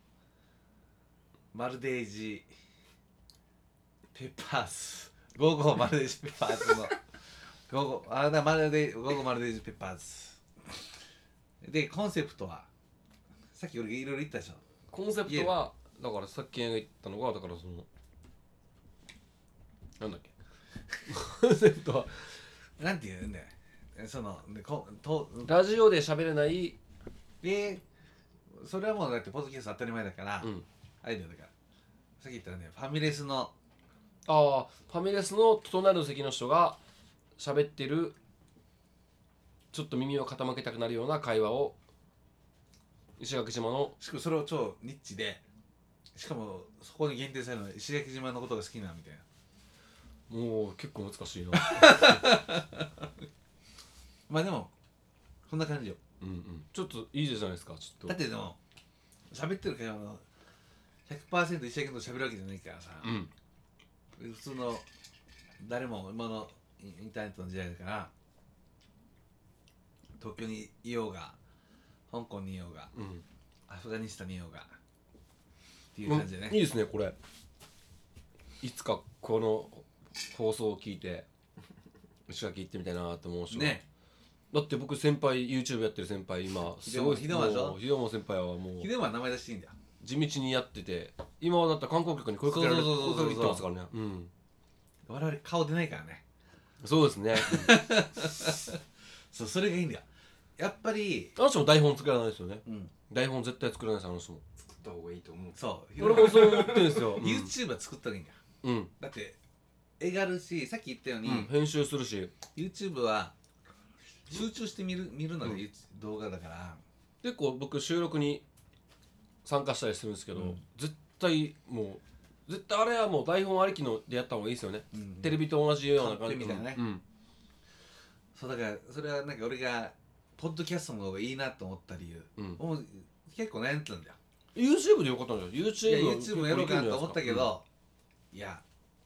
マルデージペッパーズ55マルデージペッパーズの55マルデージペッパーズでコンセプトはさっき俺いろいろ言ったでしょコンセプトはだからさっきが言ったのがだからそのなんだっけコンセプトはなんて言うんだよそのラジオで喋れないそれはもうだってポッドキャスト当たり前だから、 うんアイデアだからさっき言ったねファミレスのファミレスの隣の席の人が喋ってるちょっと耳を傾けたくなるような会話を石垣島のしかもそれを超ニッチでしかもそこに限定されるのは石垣島のことが好きなみたいなもう結構難しいなまあでもこんな感じようんうんちょっといいじゃないですかちょっとだってでも喋ってる会話の 100% 石垣と喋るわけじゃないからさ、 うん普通の誰も今のインターネットの時代だから東京にいようが香港にいようがうんアフガニスタンにいようがっていう感じでね、 いいですねこれいつかこの放送を聞いて石垣行ってみたいなと思うしねだって僕先輩 YouTube やってる先輩今すごい秀馬でしょ秀馬先輩はもう秀馬は名前出していいんだよ地道にやってて今はだったら観光客に声かけられるそうそうそうそう声かけてますからねうん我々顔出ないからねそうですねそうそれがいいんだよやっぱりあの人も台本作らないですよねうん台本絶対作らないですあの人も作った方がいいと思うそう俺もそう思ってるんですよ YouTube は作ったらいいんだようんだって絵があるしさっき言ったように、 編集するし YouTube は集中して見るのが、動画だから結構僕収録に参加したりするんですけど、絶対あれはもう台本ありきのでやった方がいいですよね、テレビと同じような感じみたいなね、そうだからそれはなんか俺がポッドキャストの方がいいなと思った理由、もう結構悩んでたんだよ YouTube でよかったんじゃない YouTube もやろうかなと思ったけど、いや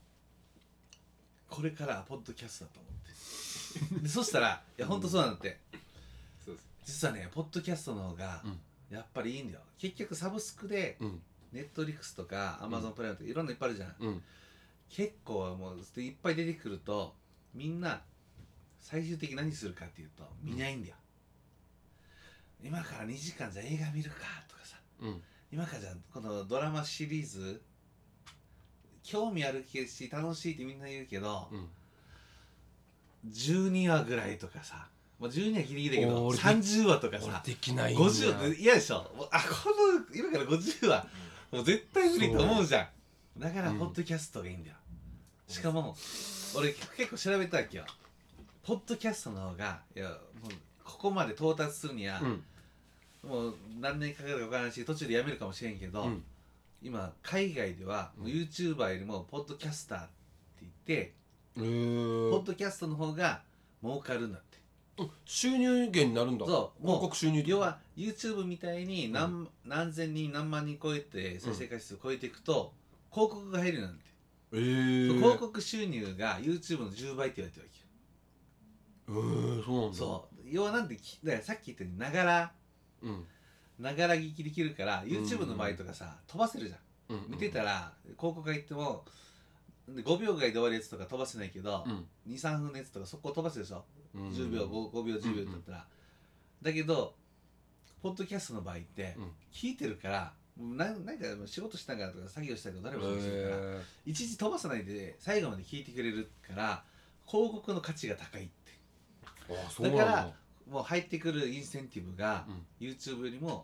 これからはポッドキャストだと思ってでそしたらいやほんとそうなんだって、 そうです実はねポッドキャストの方がやっぱりいいんだよ結局サブスクで、ネットリックスとかアマゾンプライムとかいろんないっぱいあるじゃん、結構もういっぱい出てくるとみんな最終的に何するかっていうと見ないんだよ、今から2時間じゃ映画見るかとかさ、今からじゃこのドラマシリーズ興味あるし楽しいってみんな言うけど、12話ぐらいとかさもう12話ギリギリだけど30話とかさできないんだ 50話嫌でしょもうこの今から50話もう絶対無理と思うじゃんだからポッドキャストがいいんだよ、しかも俺結構調べたわけよポッドキャストの方がいやもうここまで到達するには、もう何年かかるか分からないし途中でやめるかもしれんけど、今海外では、YouTuber よりもポッドキャスターって言って、ポッドキャストの方が儲かるんだって、 収入源になるんだそう広告収入要は YouTube みたいに何千人何万人超えて再生回数超えていくと、広告が入るなんて、広告収入が YouTube の10倍って言われてるわけよ。 そうなんだ。 そう要はなんでだからさっき言ったようにながら、 ながら聞きできるから YouTube の場合とかさ飛ばせるじゃん。見てたら広告が言っても5秒ぐらいで終わるやつとか飛ばせないけど、2、3分のやつとかそこ飛ばせるでしょ、10秒 5秒10秒だったら、だけどポッドキャストの場合って聞いてるからなんか仕事しながらとか作業したりとか誰もしてるから一時飛ばさないで最後まで聞いてくれるから広告の価値が高いって。だからもう入ってくるインセンティブが YouTube よりも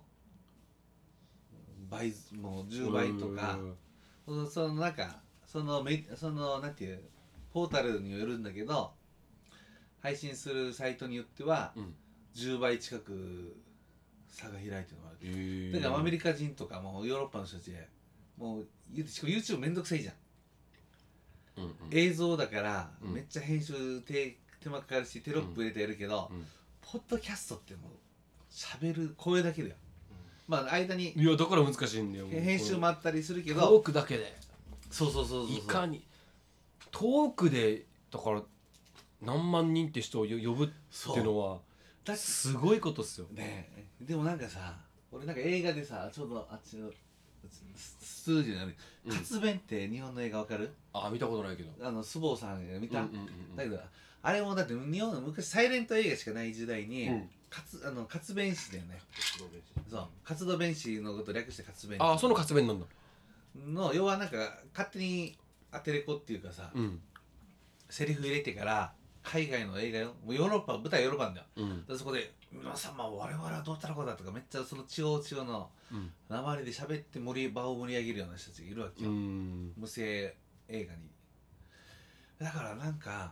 倍もう10倍とか、そのなんかそのなんていうポータルによるんだけど配信するサイトによっては10倍近く差が開いてるのがある。だからアメリカ人とかもヨーロッパの人たちでもうしかも YouTube めんどくさいじゃん、映像だからめっちゃ編集手間かかるしテロップ入れてやるけど、ポッドキャストってもう喋る声だけだよ、まあ間にいやだから難しいんだよ編集もあったりするけどトークだけでそういかにトークでだから何万人って人を呼ぶっていうのはすごいことっすよね。でもなんかさ俺なんか映画でさちょうどあっちのスージオにある活弁って日本の映画わかる？ あ見たことないけど須坊さんが見た？だけどあれもだって日本の昔サイレント映画しかない時代に活弁士だよね。そう活動弁士のこと略して活弁士。 あその活弁なんだの要はなんか勝手にアテレコっていうかさ、セリフ入れてから海外の映画よもうヨーロッパ舞台ヨーロッパなんだよ、でそこで「皆様我々はどうたらこうだ」とかめっちゃその地方の訛りで喋って場を盛り上げるような人たちがいるわけよ、無声映画に。だからなんか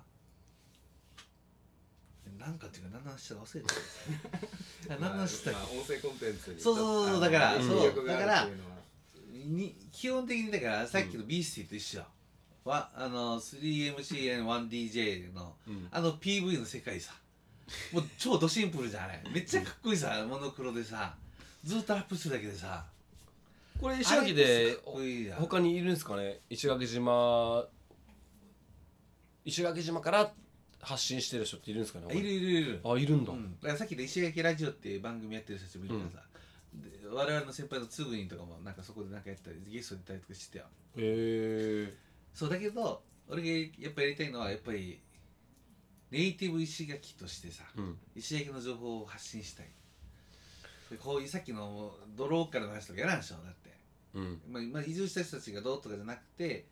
っていうか何の話したか忘れてた何の話したか音声コンテンツにそうだからだから基本的にだからさっきのビースティと一緒よ、3MC&1DJ の、PV の世界さもう超ドシンプルじゃんあれめっちゃかっこいいさモノクロでさずっとラップするだけでさこれ石垣で他にいるんですかね。石垣島から発信してる人っているんですかね。 いるあいるんだ、 だからさっきの石垣ラジオっていう番組やってる人たちもいるからさ、で我々の先輩のつぐにとかもなんかそこでなんかやったりゲストで出たりとかしてたよ。そうだけど俺がやっぱやりたいのはやっぱりネイティブ石垣としてさ、石垣の情報を発信したい。こういうさっきのドローカルの話とかやらんでしょだって、移住した人たちがどうとかじゃなくて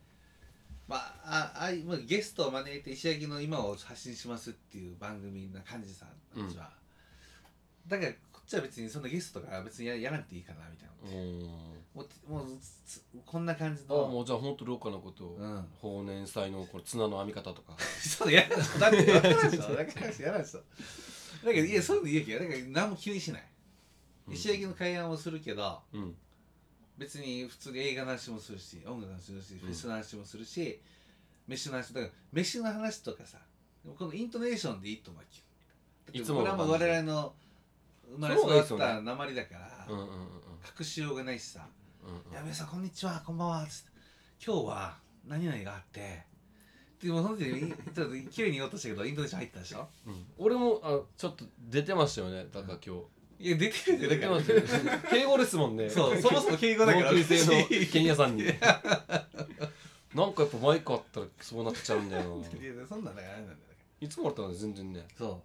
ゲストを招いて石垣の今を発信しますっていう番組な感じさこっちは、だからこっちは別にそんなゲストとか別にやらなくていいかなみたいな、もうこんな感じのもうじゃあほんとローカルなこと、放年祭のこの綱の編み方とかそうやらんでしょだってやらんでしょだからやらんでしょだけどいやそういうの言うけどだから何も気にしない、石垣の会話もするけど、別に普通に映画の話もするし音楽の話もするし、フェスの話もするし飯の話だから飯の話とかさこのイントネーションでいいと思うわけよ。これはもう我々の生まれ育った訛りだから隠しようがないしさ「やべえさこんにちはこんばんは」つって「今日は何々があって」でもその時にちょっと綺麗に言おうとしたけどイントネーション入ったでしょ。 俺もちょっと出てましたよねだから今日。 いや出てる出てますよ敬語ですもんね。 そうそもそも敬語だから同級生のケンヤさんになんかやっぱマイクあったらそうなっちゃうんだよな。いやそんなんだからあれなんだよ。 いつもあったら全然ね。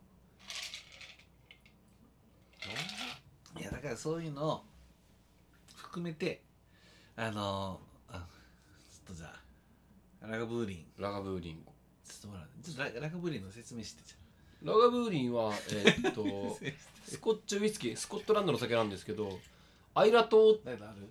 そういやだからそういうのを含めてちょっとじゃあラガブーリンちょっとラガブーリンの説明してじゃラガブーリンはスコッチウイスキースコットランドの酒なんですけどアイラ島って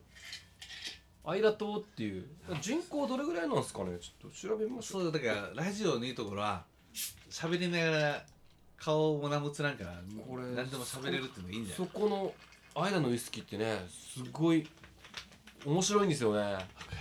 いう人口どれぐらいなんですかね。ちょっと調べましょう。 そうだからラジオのいいところは喋りながら顔も何もつらんからこれ何でも喋れるっていうのがいいんじゃない。 そこのアイラのウイスキーってねすごい面白いんですよね。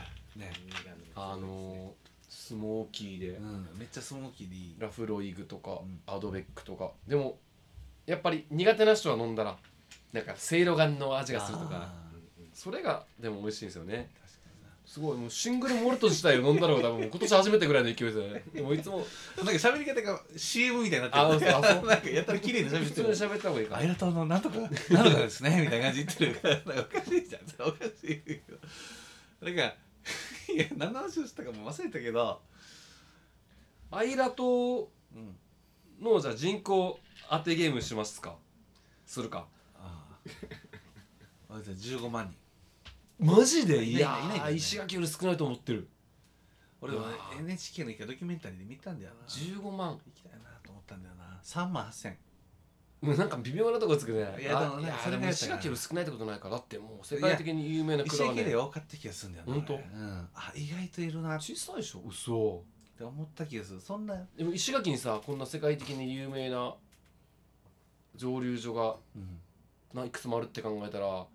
スモーキーで、 めっちゃスモーキーでいい。 ラフロイグとか、アドベックとかでもやっぱり苦手な人は飲んだらなんかせいろがんの味がするとかそれがでも美味しいんですよね。 すごいもうシングルモルト自体を飲んだのが多分もう今年初めてぐらいの勢いですよね。でもいつもなんか喋り方が CM みたいになってる。 あそうなんかやったら綺麗に喋普通にってる。 喋った方がいいかアイラ島のなんとかなんとかですねみたいな感じで言ってるからなんかおかしいじゃん。それおかしいけど。なんかいや何の話をしたかもう忘れたけど。 アイラ島うん。 のじゃあ人口当てゲームしますか。するか。 ああ。じゃあ15万人。 マジでいないいないいないいない石垣より少ないと思ってる。 俺はうわ NHK の一回ドキュメンタリーで見たんだよな。 15万。 行きたいなと思ったんだよな。3万8000。 もうなんか微妙なとこつくね。 いやでもねそれでもがやったら石垣より少ないってことないからだってもう世界的に有名な石蔵はね垣で多かった気がするんだよな。 ほんと俺うん。あ意外といるなっ小さいでしょ。嘘。 て思った気がする。そんな。 でも石垣にさこんな世界的に有名な蒸留所がうん。 いくつもあるって考えたら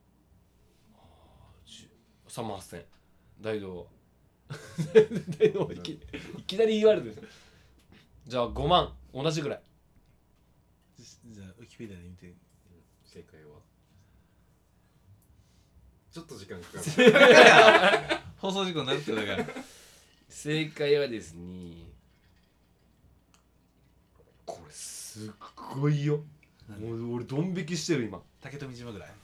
3万8000大道大道いきなり言われてる。じゃあ5万同じぐらい。 じゃあウィキペディアで見て。 正解はちょっと時間かかる放送事故になるってだから。 正解はですねこれすっごいよ。もう俺ドン引きしてる今。 竹富島ぐらい。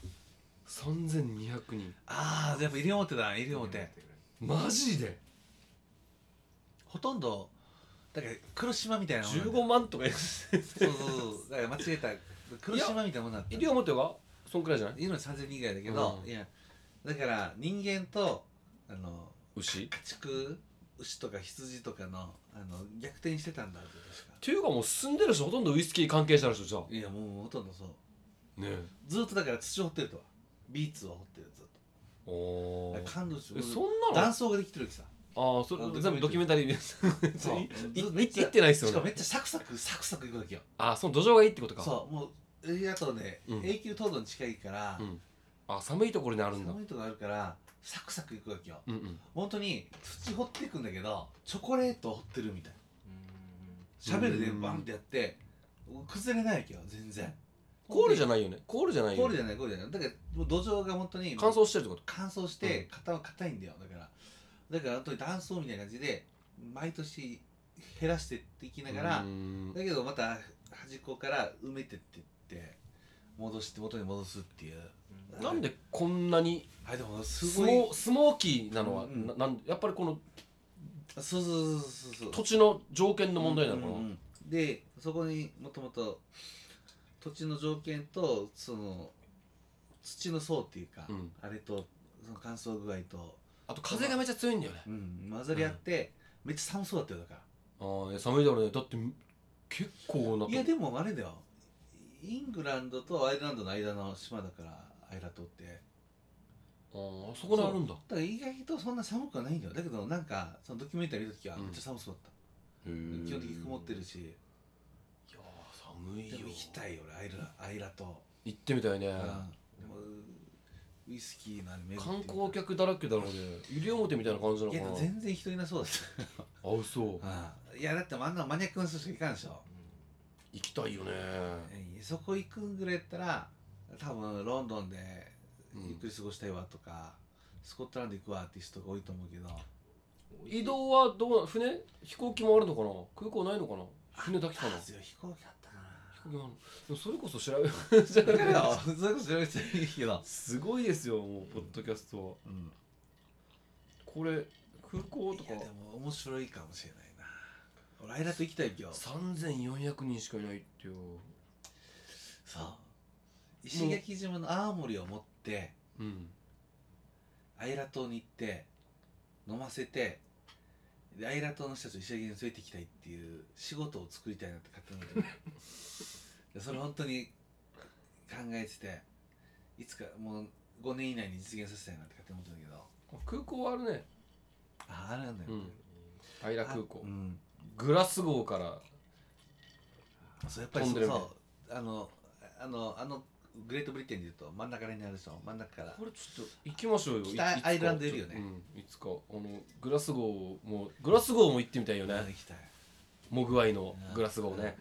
3200人。 ああやっぱ西表だ。西表。 マジでほとんどだから黒島みたいなもんなんだよ。 15万とか言ってそうそうそうだから間違えた黒島みたいなもんだった。 西表がそんくらいじゃない。 いるの3000人ぐらいだけど、 うんいやだから人間と牛っ家畜牛とか羊とかの逆転してたんだって確ていうかもう住んでる人ほとんどウイスキー関係者の人じゃんか。いやもうほとんどそうねずっとだから土を掘ってるとはビーツを掘ってるずっえ。おと感動しえそんなの断層ができてるわけさ。 ああそれ全部ドキュメンタリーでそう行ってないっすよね。 しかもめっちゃサクサクサクサクいくわけよ。 あその土壌がいいってことか。 そうもうあとね、 うん永久凍土に近いから、 うんあ寒いところにあるんだ。 寒いとこあるからサクサクいくわけよ。 うんうん本当に土掘っていくんだけどチョコレートを掘ってるみたい。シャベルでバンってやって崩れないわけよ全然。 コールじゃないよね。コールじゃないよね。 コールじゃないコールじゃないだからもう土壌が本当に乾燥してるってこと。 乾燥して型は硬いんだよ。だから本当に断層みたいな感じで毎年減らしてっていきながらだけどまた端っこから埋めてってって戻して元に戻すっていう。 なんでこんなにあれでもスすごいスモーキーなのは、 うんなんやっぱりこのそうそうそうそう土地の条件の問題なのかな。 でそこにもともと土地の条件とその土の層っていうか、 うんあれとその乾燥具合と、 あと風がめっちゃ強いんだよね。 混ざり合って、めっちゃ寒そうだったよだから。 ああ寒いだろうね。だって結構ないやでもあれだよイングランドとアイルランドの間の島だからアイラ島ってあそこにあるんだ。 だから意外とそんな寒くはないんだよ。だけどなんかそのドキュメンタリー見た時はめっちゃ寒そうだった、基本的に曇ってるし。 いや寒いよ。 でも行きたいよ俺アイラ島。 行ってみたいね。 でもウイスキーのあれ巡って観光客だらけだろうね。西表みたいな感じなのいやかな。 全然人いなそうだったあ嘘。 いやだってあんなマニアックな人しか行かんでしょ。 行きたいよね。 そこ行くんぐらいやったら多分ロンドンでゆっくり過ごしたいわとか、スコットランド行くわっていう人が多いと思うけど。 移動はどう船飛行機もあるのかな。空港ないのかな。船だけかな。 飛行機あったかな。 飛行機もあるの。でもそれこそ調べそれこそ調べていいけどすごいですよもうポッドキャストは。これ空港とかいやでも面白いかもしれないな。俺アイラと行きたい今日。 3400人しかいないってよ。 そう石垣島の青森を持ってアイラ島に行って飲ませてでアイラ島の人たちを石垣に連れて行きたいっていう仕事を作りたいなって勝手に思ってそれ本当に考えてていつかもう5年以内に実現させたいなって勝手に思ってるんだけど。 空港はあるね。 あるんだよ、 アイラ空港。 あグラスゴーからそうやっぱり飛んでるみたいそうグレートブリテンでいうと真ん中にあるでしょ。真ん中からこれちょっと行きましょうよ。 北アイルランドいるよね。 いつかグラスゴーも行ってみたいよね。 行きたい。 モグワイのグラスゴーね。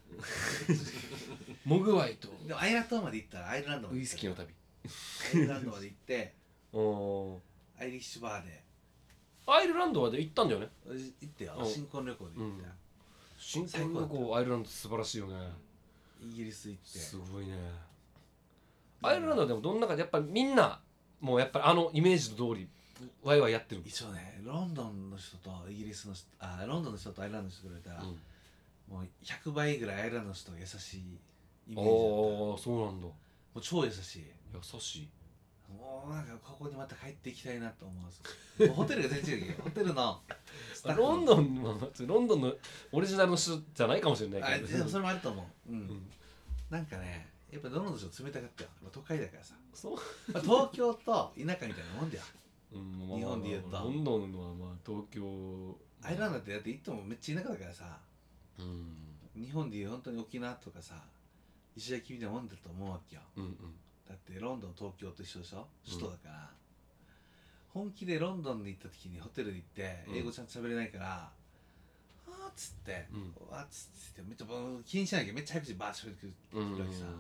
モグワイとでもアイラ島まで行ったらアイルランドまでウイスキーの旅。 アイルランドまで行ってアイリッシュバーでアイルランドまで行ったんだよね。 行ってよ、 うん新婚旅行で行ったよ、 新婚旅行アイルランド素晴らしいよね。 イギリス行ってすごいね。アイルランドはでもどんなかでやっぱりみんなもうやっぱりあのイメージの通りワイワイやってる。 一応ね、ロンドンの人とイギリスの人、ロンドンの人とアイルランドの人と比べたら、もう100倍ぐらいアイルランドの人が優しいイメージだった。 ああそうなんだ。 もう超優しい。 優しい。 もうなんかここにまた帰っていきたいなと思うんです。もうホテルが全然違うけど、ホテルのスタッフロンドンのオリジナルの人じゃないかもしれないけど。 でもそれもあると思う。 んなんかね、やっぱロンドンの人冷たかったよ。都会だからさ。 そう。 東京と田舎みたいなもんだよ。 まあ日本で言うとロンドンのはまあ東京。 アイルランドってだって行ってもめっちゃ田舎だからさ。日本でいう本当に沖縄とかさ、石垣みたいなもんだと思うわけよ。だってロンドン東京と一緒でしょ、首都だから、本気でロンドンに行った時にホテルに行って英語ちゃんと喋れないから、あっつって、わっつってめっちゃ気にしないけどめっちゃ早口でバーッしゃべってくるわけさ、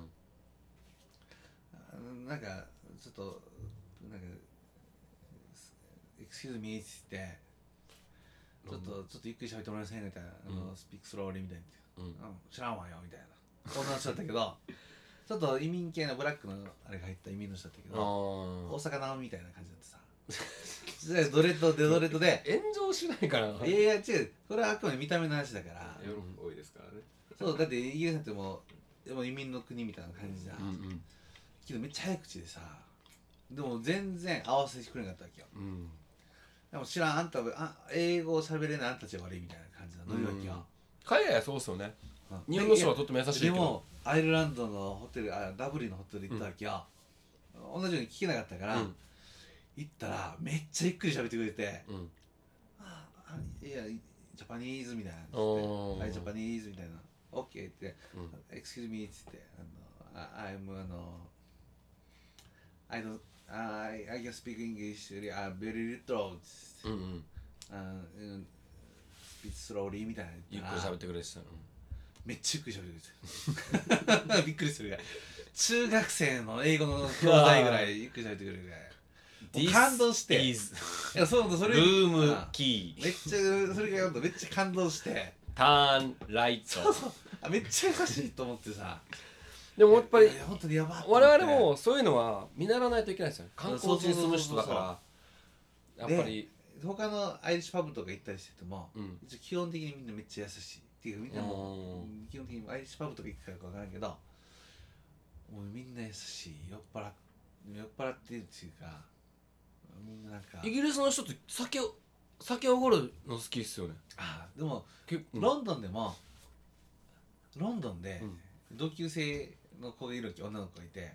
なんかちょっとなんかエクスキューズミーっつってちょっとゆっくり喋ってもらえませんみたいな、スピークスローリーみたいな、知らんわよみたいな女の人だったけどちょっと移民系のブラックのあれが入った移民の人だったけど、大阪なおみみたいな感じだってさドレッドでドレッドで炎上しないからな。 いやいや違う、これはあくまで見た目の話だからヨーロッパ多いですからね。 そうだってイギリスなんてもう移民の国みたいな感じじゃん、けどめっちゃ早口でさ、でも全然合わせてくれなかったわけよ、でも知らんあんた英語を喋れないあんたたちが悪いみたいな感じなの言うわけよ、 海外はそうっすよね。日本の人はとっても優しいけど。 でもアイルランドのホテルダブリンのホテル行ったわけよ、同じように聞けなかったから、行ったらめっちゃゆっくり喋ってくれて、いやジャパニーズみたいなはい、ジャパニーズみたいな OK って、Excuse me っつって、I can speak English very little っつって、speak slowly みたいなゆっくり喋ってくれてた。 めっちゃゆっくり喋ってくれてびっくりするぐらい中学生の英語の教材ぐらいゆっくり喋ってくれるぐらい感動して、いやそうそれルームキーめっちゃそれが読んだめっちゃ感動してターンライト。 そうそうめっちゃ優しいと思ってさ、 でもやっぱり本当にやば我々もそういうのは見習わないといけないですよね。観光地に住む人だからやっぱり他のアイリッシュパブとか行ったりしてても、一応基本的にみんなめっちゃ優しいっていうか、みんなも基本的にアイリッシュパブとか行くからか分からんけど、もうみんな優しい、酔っ払ってるっていうか、みんななんかイギリスの人って酒おごるの好きですよね。 でもロンドンでも同級生の子がいるわけ、女の子がいて、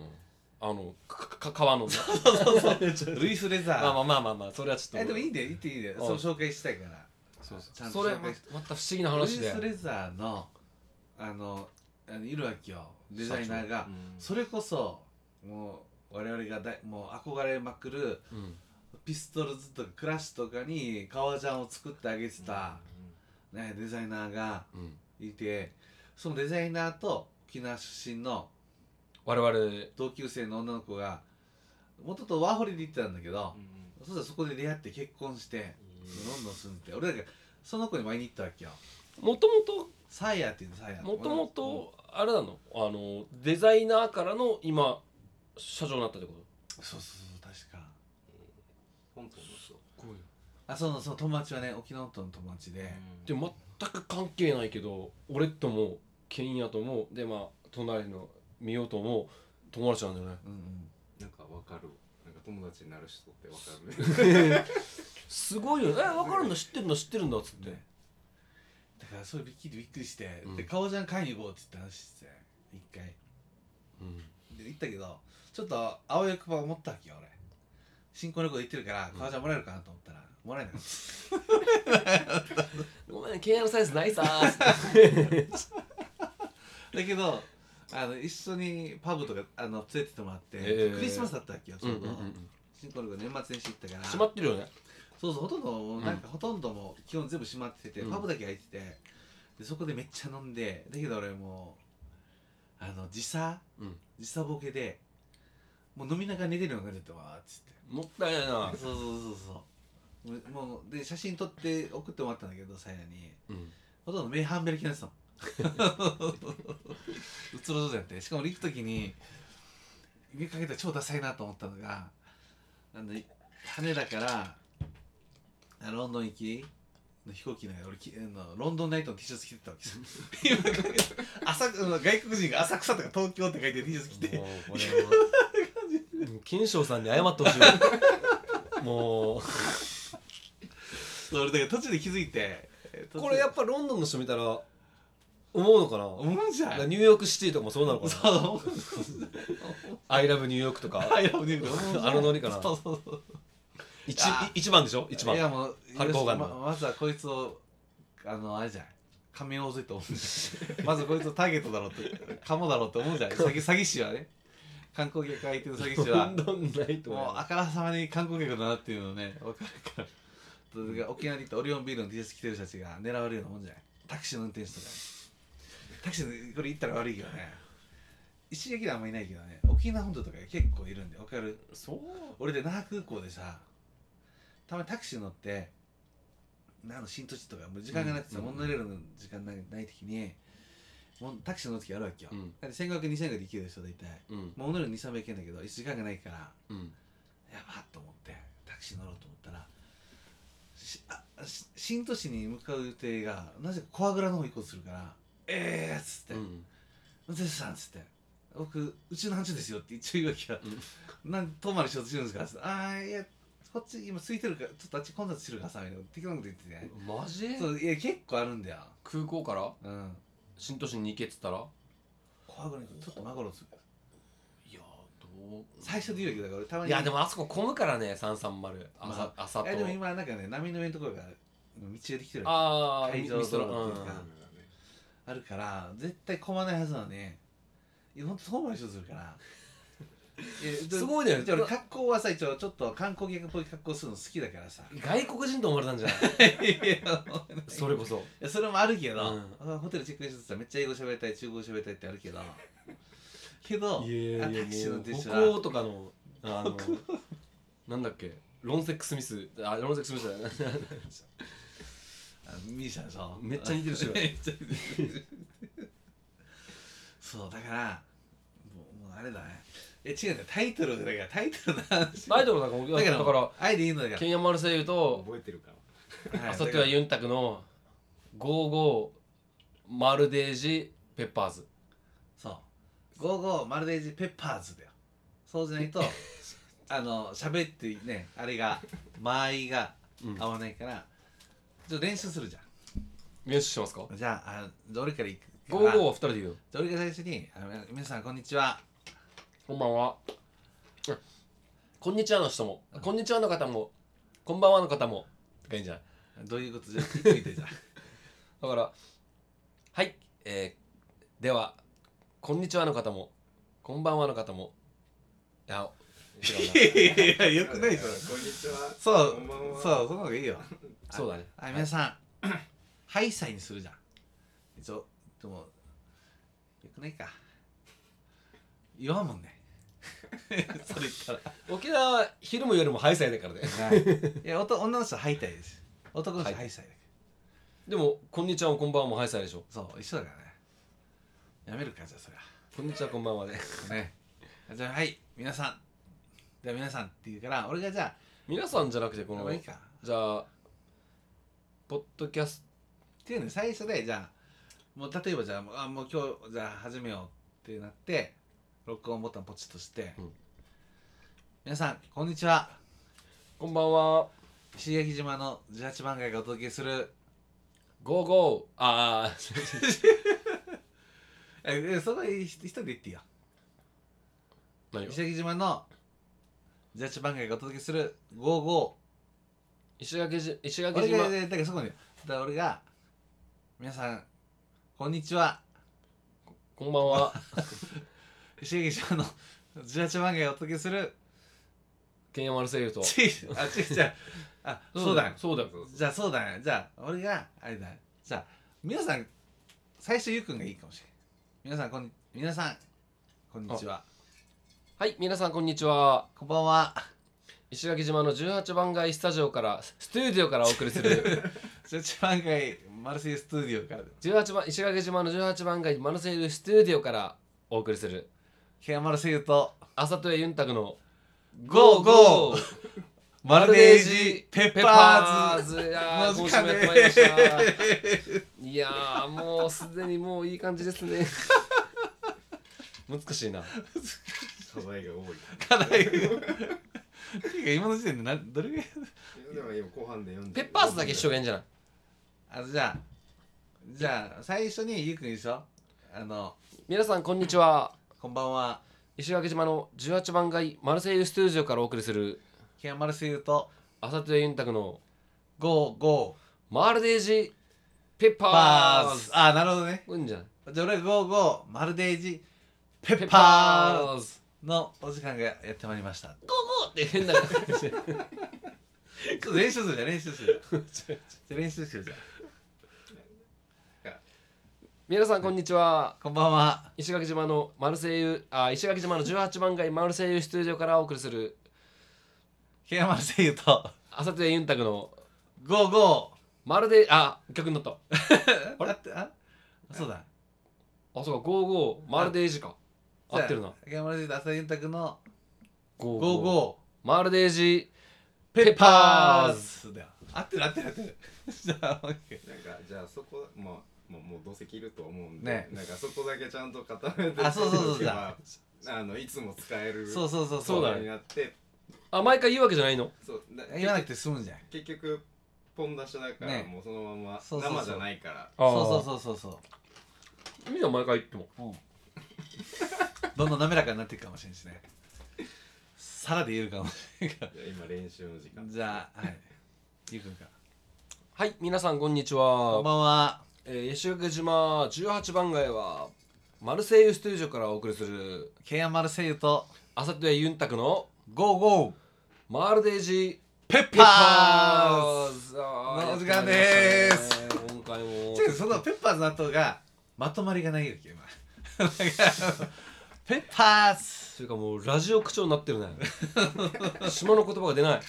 川のルイス・レザーまあそれはちょっとでもいいんだよ、言っていいんだよ、そう紹介したいから、 ちゃんとそれまた不思議な話で、 ルイス・レザーのいるわけよ、デザイナーが、それこそもう我々がもう憧れまくる、ピストルズとかクラッシュとかに革ジャンを作ってあげてた、デザイナーがいて、そのデザイナーと沖縄出身の我々 同級生の女の子がもともとワーホリで行ってたんだけど、そしたらそこで出会って結婚してロンドン住んでて、俺だからその子に会いに行ったわけよ。 もともとサイヤっていうの、サイヤもともとあれなの、デザイナーからの今社長になったってこと？ そう確か本当の人その友達はね、沖縄との友達で、 で全く関係ないけど、俺ともケンヤともで隣のミオとも友達なんだよね。 なんかわかる、なんか友達になる人ってわかるねすごいよね。わかるんだ、知ってるんだっつって、 だからそれびっくりして、で革ジャン買いに行こうって言って話して一回、で行ったけどちょっと青いクバ思ったわけよ俺、新婚旅行行ってるから革ジャンもらえるかなと思ったら、もらえなかったごめん、ケンヤのサイズないさーだけど一緒にパブとか連れてってもらって、クリスマスだったわけよ、ちょうど新婚旅行年末年始行ったから閉まってるよね。 そうほとんどなんかほとんども基本全部閉まってて、パブだけ開いてて、でそこでめっちゃ飲んで、だけど俺もう時差ボケでもう飲みながら寝てるのが出てわーっつってもったいないな。 そうもうで写真撮って送ってもらったんだけどさやにうんほとんど目半べりきになってたのうつろ上手やってしかも行く時に見かけたら超ダサいなと思ったのが羽田からロンドン行きの飛行機の俺ロンドンナイトの T シャツ着てたわけです外国人が浅草とか東京って書いてる T シャツ着てもうこれもう金賞さんに謝ってほしいもう俺だから途中で気づいてこれやっぱロンドンの人見たら思うのかな。 思うじゃんニューヨークシティとかもそうなのかな。 そうアイラブニューヨークとかあのノリかな。 そう一番でしょ。一番いやもうハルコーガンのまずはこいつをあれじゃん仮面をぜと思うまずこいつをターゲットだろうってカモだろうって思うじゃん詐欺師はね観光客相手の詐欺師はロンドンナイトもうあからさまに観光客だなっていうのね分かるから沖縄に行ってオリオンビールの T シャツ着てる人たちが狙われるようなもんじゃないタクシーの運転手とかタクシーこれ行ったら悪いけどね石垣であんまいないけどね沖縄本島とか結構いるんで分かる。 そう俺で那覇空港でさたまにタクシー乗って新都市とかもう時間がなくてさ、モノレールの時間ない時にもうタクシー乗る時あるわけよ、だって1500、2000円で行けるでしょ大体、モノレール2、300円だけど時間がないから、やばっと思ってタクシー乗ろうと思ったら新都市に向かう予定がなぜかコアグラの方行こうとするからっつって「運転手さん」っつって「僕うちの班長ですよ」って一応言うわけよ、なん遠回りしようとしてるんですかいやこっち今空いてるからちょっとあっち混雑してるからさみたいな適当なこと言ってねマジ。 そういや結構あるんだよ空港からうん新都心に行けっつったらコアグラにちょっとマグロするいやどう最初で言うわけだから俺たまにいやでもあそこ混むからね330朝とでも今なんかね波の上のところが道ができてるああ海上道路っていうかあるから絶対混まないはずなのにいやほんと遠回りしようとするからすごいね。 俺格好はさ一応ちょっと観光客っぽい格好するの好きだからさ外国人と思われたんじゃないそれこそ。 いやそれもあるけど、ホテルチェックインしてたらめっちゃ英語喋りたい中国語喋りたいってあるけどタクシーの運転手は北欧とかのなんだっけロンセックスミスだよねミーシャでしょめっちゃ似てるしそうだからもうあれだね違うんだよタイトルだからタイトルの話タイトルだからあえていいのだからケンヤマルセイユと覚えてるかあさってはユンタクの55マルデージペッパーズそう55マルデージペッパーズだよそうじゃないと喋ってねあれが間合いが合わないから、ちょっと練習するじゃん練習しますか。 じゃあ俺から行く 55は2人で言う。 じゃあ俺が最初に皆さんこんにちはこんばんは。こんにちはの人も、こんにちはの方も、こんばんはの方もとかいいんじゃない。 どういうことじゃ言ってみてじゃだからはい、ではこんにちはの方もこんばんはの方もいやいやよくないそれこんにちはそうこんばんはそうその方がいいよそうだね。 皆さんハイサイにするじゃん一応でもよくないか言わんもんねそれ言ったら沖縄は昼も夜もハイサイだからね。 いや女の人はハイタイです男の人はハイサイだけでもこんにちはもこんばんはもハイサイでしょ。 そう一緒だからねやめるかじゃあそれはこんにちはこんばんはでねじゃあはい皆さんでは皆さんって言うから俺がじゃ皆さんじゃなくてこのあいいかじゃあポッドキャスっていうの最初でじゃあもう例えばじゃあもう今日じゃあ始めようってなって録音ボタンポチッとして、皆さんこんにちはトこんばんは石垣島の18番街がお届けするゴーゴーああそこ一人で言っていいよ何を石垣島の18番街がお届けする55 石垣島だからそこにだから俺が皆さんこんにちはこんばんは石垣島の18番街がお届けするケンヤマルセイユと違うそうだそうだよじゃあそうだねじゃあ俺があれだじゃあ皆さん最初ゆうくんがいいかもしれない皆さんこんにちははい、皆さんこんにちは。 こんばんは。 石垣島の18番街スタディオからお送りする 18番街マルセイユスタジオから石垣島の18番街マルセイユスタディオからお送りするケアマルセイユと朝とやユンタクのゴーゴーマルデージペッパーズいやーの時今週も間でやってまいりましたいやーもうすでにもういい感じですね難しいな課題が多い。 課題今の時点でどれぐらいでも今後半で40。 ペッパーズだけ一緒がいいんじゃないじゃあ最初にゆうくんでしょ皆さんこんにちは。 こんばんは。 石垣島の18番街マルセイユスタジオからお送りするケアマルセイユと朝とやユンタクのゴーゴマルデージペッーパパーズ。 ーズなるほどね。 いいんじゃないじゃあ俺ゴーゴーマルデージペッパーズズのお時間がやってまいりました。 ゴーゴーって変な感じでちょっと練習するじゃん練習するじゃん皆さんこんにちは。 こんばんは。 石垣島の18番街マルセイユスタジオからお送りするケアマルセイユと朝とやユンタクのゴーゴまるで逆になったーそうだそうかゴーゴーまるでエイジか合ってるな。 ケアマルセイユと朝ユンタクのゴゴーゴまるでエイジーペッパーズだよ。合ってるじゃあ OK なんかじゃあそこもうどうせ切ると思うんで、 ねなんかそこだけちゃんと固めてそうじゃいつも使えるそうそうだねになって毎回言うわけじゃないの。 言わなくて済むんじゃん。 結局ポン出しだから、 ねもうそのままそう生じゃないからそうみんな毎回言ってもどんどん滑らかになっていくかもしれないしね。さらで言えるかもしれないからじゃあ今練習の時間じゃあはいゆうくんからはい皆さんこんにちこんは。 ばんは。 石垣島18番街はマルセイユスタジオからお送りするケアマルセイユと朝とやユンタクのゴーゴーマルデージペッペッパパーズーズのお時間でーす。 今回もそのペッパーズの後がまとまりがないわけ今ペッパーズというかもうラジオ口調になってるね島の言葉が出ない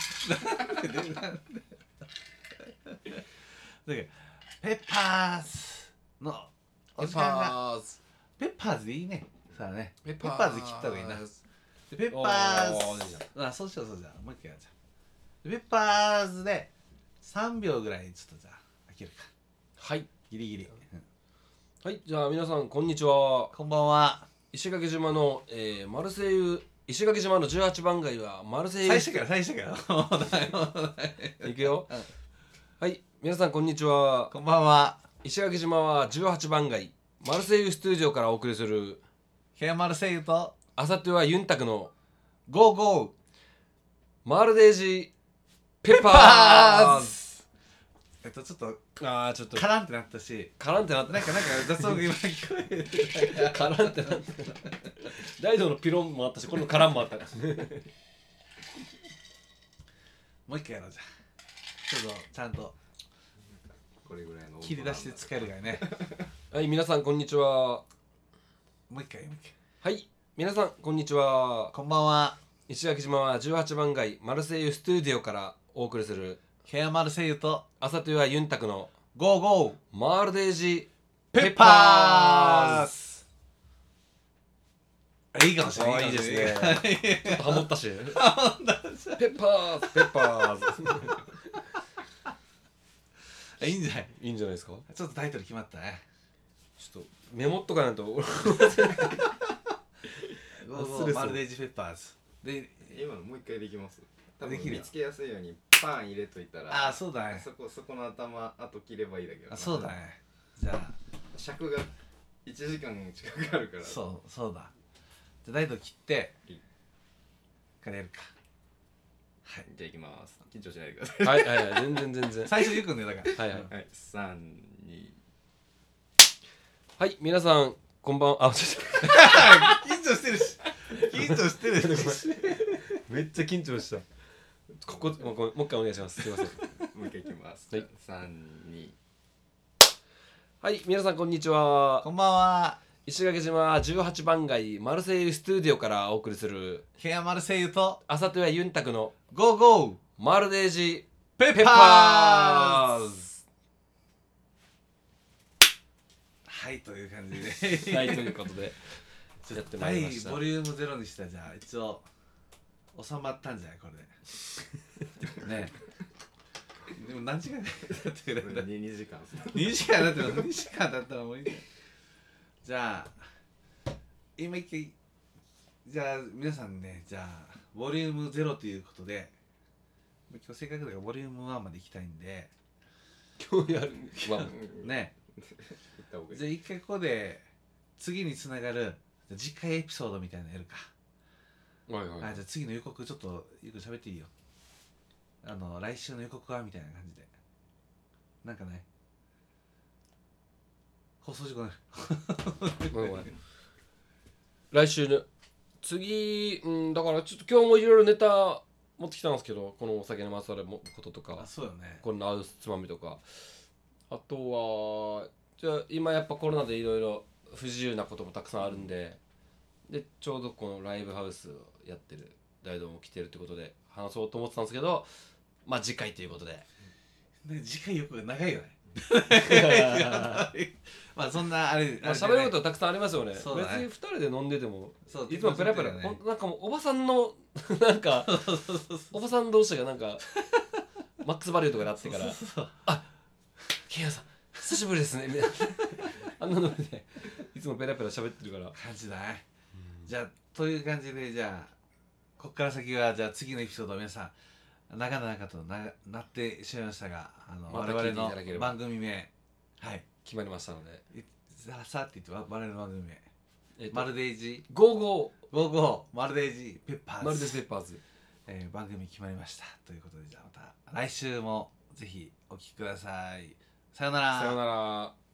だけどペッパーズのお時間がペッパーズでいいね。さあねペッパーズで切った方がいいな。でペッパーズそうしようもう一回やるじゃん。ペッパーズで3秒ぐらいちょっとじゃあ開けるか。 はいギリギリ、 はいじゃあ皆さんこんにちは。 こんばんは。 石垣島の、マルセイユ石垣島の18番街はマルセイユ最初からいくよ、はい皆さんこんにちは。 こんばんは。 石垣島は18番街マルセイユスタジオからお送りするケアマルセイユと朝とやユンタクのゴーゴーマルデージペッパーズ。 ちょっとちょっとカランってなったしカランってなってなんか雑音が今聞こえるカランってなって大道のピロンもあったしこのカランもあったもう一回やろうじゃあちょっとちゃんとこれぐらいの切り出して使えるからねはい皆さんこんにちは。 もう一回はい皆さんこんにちは。 こんばんは。 石垣島は18番街マルセイユスタジオからお送りするケアマルセイユと朝とやユンタクのゴーゴーマルデージペッパーズいいかもしれない。 いいですねちょっとハモったしペッパーズいいんじゃない。 いいんじゃないですか。 ちょっとタイトル決まったね。 ちょっとメモっとかないとゴーゴーマルデージペッパーズで今のもう一回できます。多分できるよ見つけやすいようにパン入れといたらそうだね。 そこの頭あと切ればいいだけどそうだね。じゃあ尺が1時間近くあるからそうだ。じゃあタイトル切ってからやるか。 はいじゃあいきます。緊張しないでください。 はい全然最初ゆうくんねだからはいはい3、2 はい皆さんこんばんは。 緊張してるしめっちゃ緊張した。もう一回お願いします。すいません。 もう一回いきます。 はい 3、2 はい皆さんこんにちは。 こんばんは。 石垣島18番街マルセイユスタジオからお送りするケアマルセイユとあさてはユンタクのゴーゴーマルデージペッペッパパーズーズはいという感じではいということでやってまいりましたボリューム0にしたじゃあ一応収まったんじゃないこれでねでも何時間かかってくれた 2時間 2時間だったら2時間だったらもういいじゃあ今一回じゃあ皆さんねじゃあボリューム0ということで今日せっかくだからボリューム1まで行きたいんで今日やるまあね行った方がいいじゃあ一回ここで次につながる次回エピソードみたいなのやるかはいはいあじゃあ次の予告ちょっとゆっくり喋っていいよ来週の予告はみたいな感じでなんかない放送事故ないごめんごめん来週ね次、だからちょっと今日もいろいろネタ持ってきたんですけどこのお酒にまつわることとかあそうよねこの合うつまみとかあとはじゃあ今やっぱコロナでいろいろ不自由なこともたくさんあるんで、でちょうどこのライブハウスをやってる大道も来てるってことで話そうと思ってたんですけどまあ次回ということでね次回予告が長いよねまあそんなあれまあ喋ることたくさんありますよね。別そうだねに2人で飲んでてもそういつもペラペラ、 ねほんとなんかもうおばさんのなんかおばさん同士がなんかマックスバリューとかなってからあケイヤさん久しぶりですねみたいなあんなのでいつもペラペラ喋ってるから感じだねじゃあという感じでじゃあこっから先はじゃあ次のエピソードを皆さん長々となってしまいましたがまた聞いてい我々 ただければの番組名はい決まりましたので、 さって言って我々の番組名えっとマルデイジゴーゴーゴーマルデイジペッパーズマルデスペッパーズ番組決まりましたということでじゃあまた来週もぜひお聞きくださいさようならさようなら。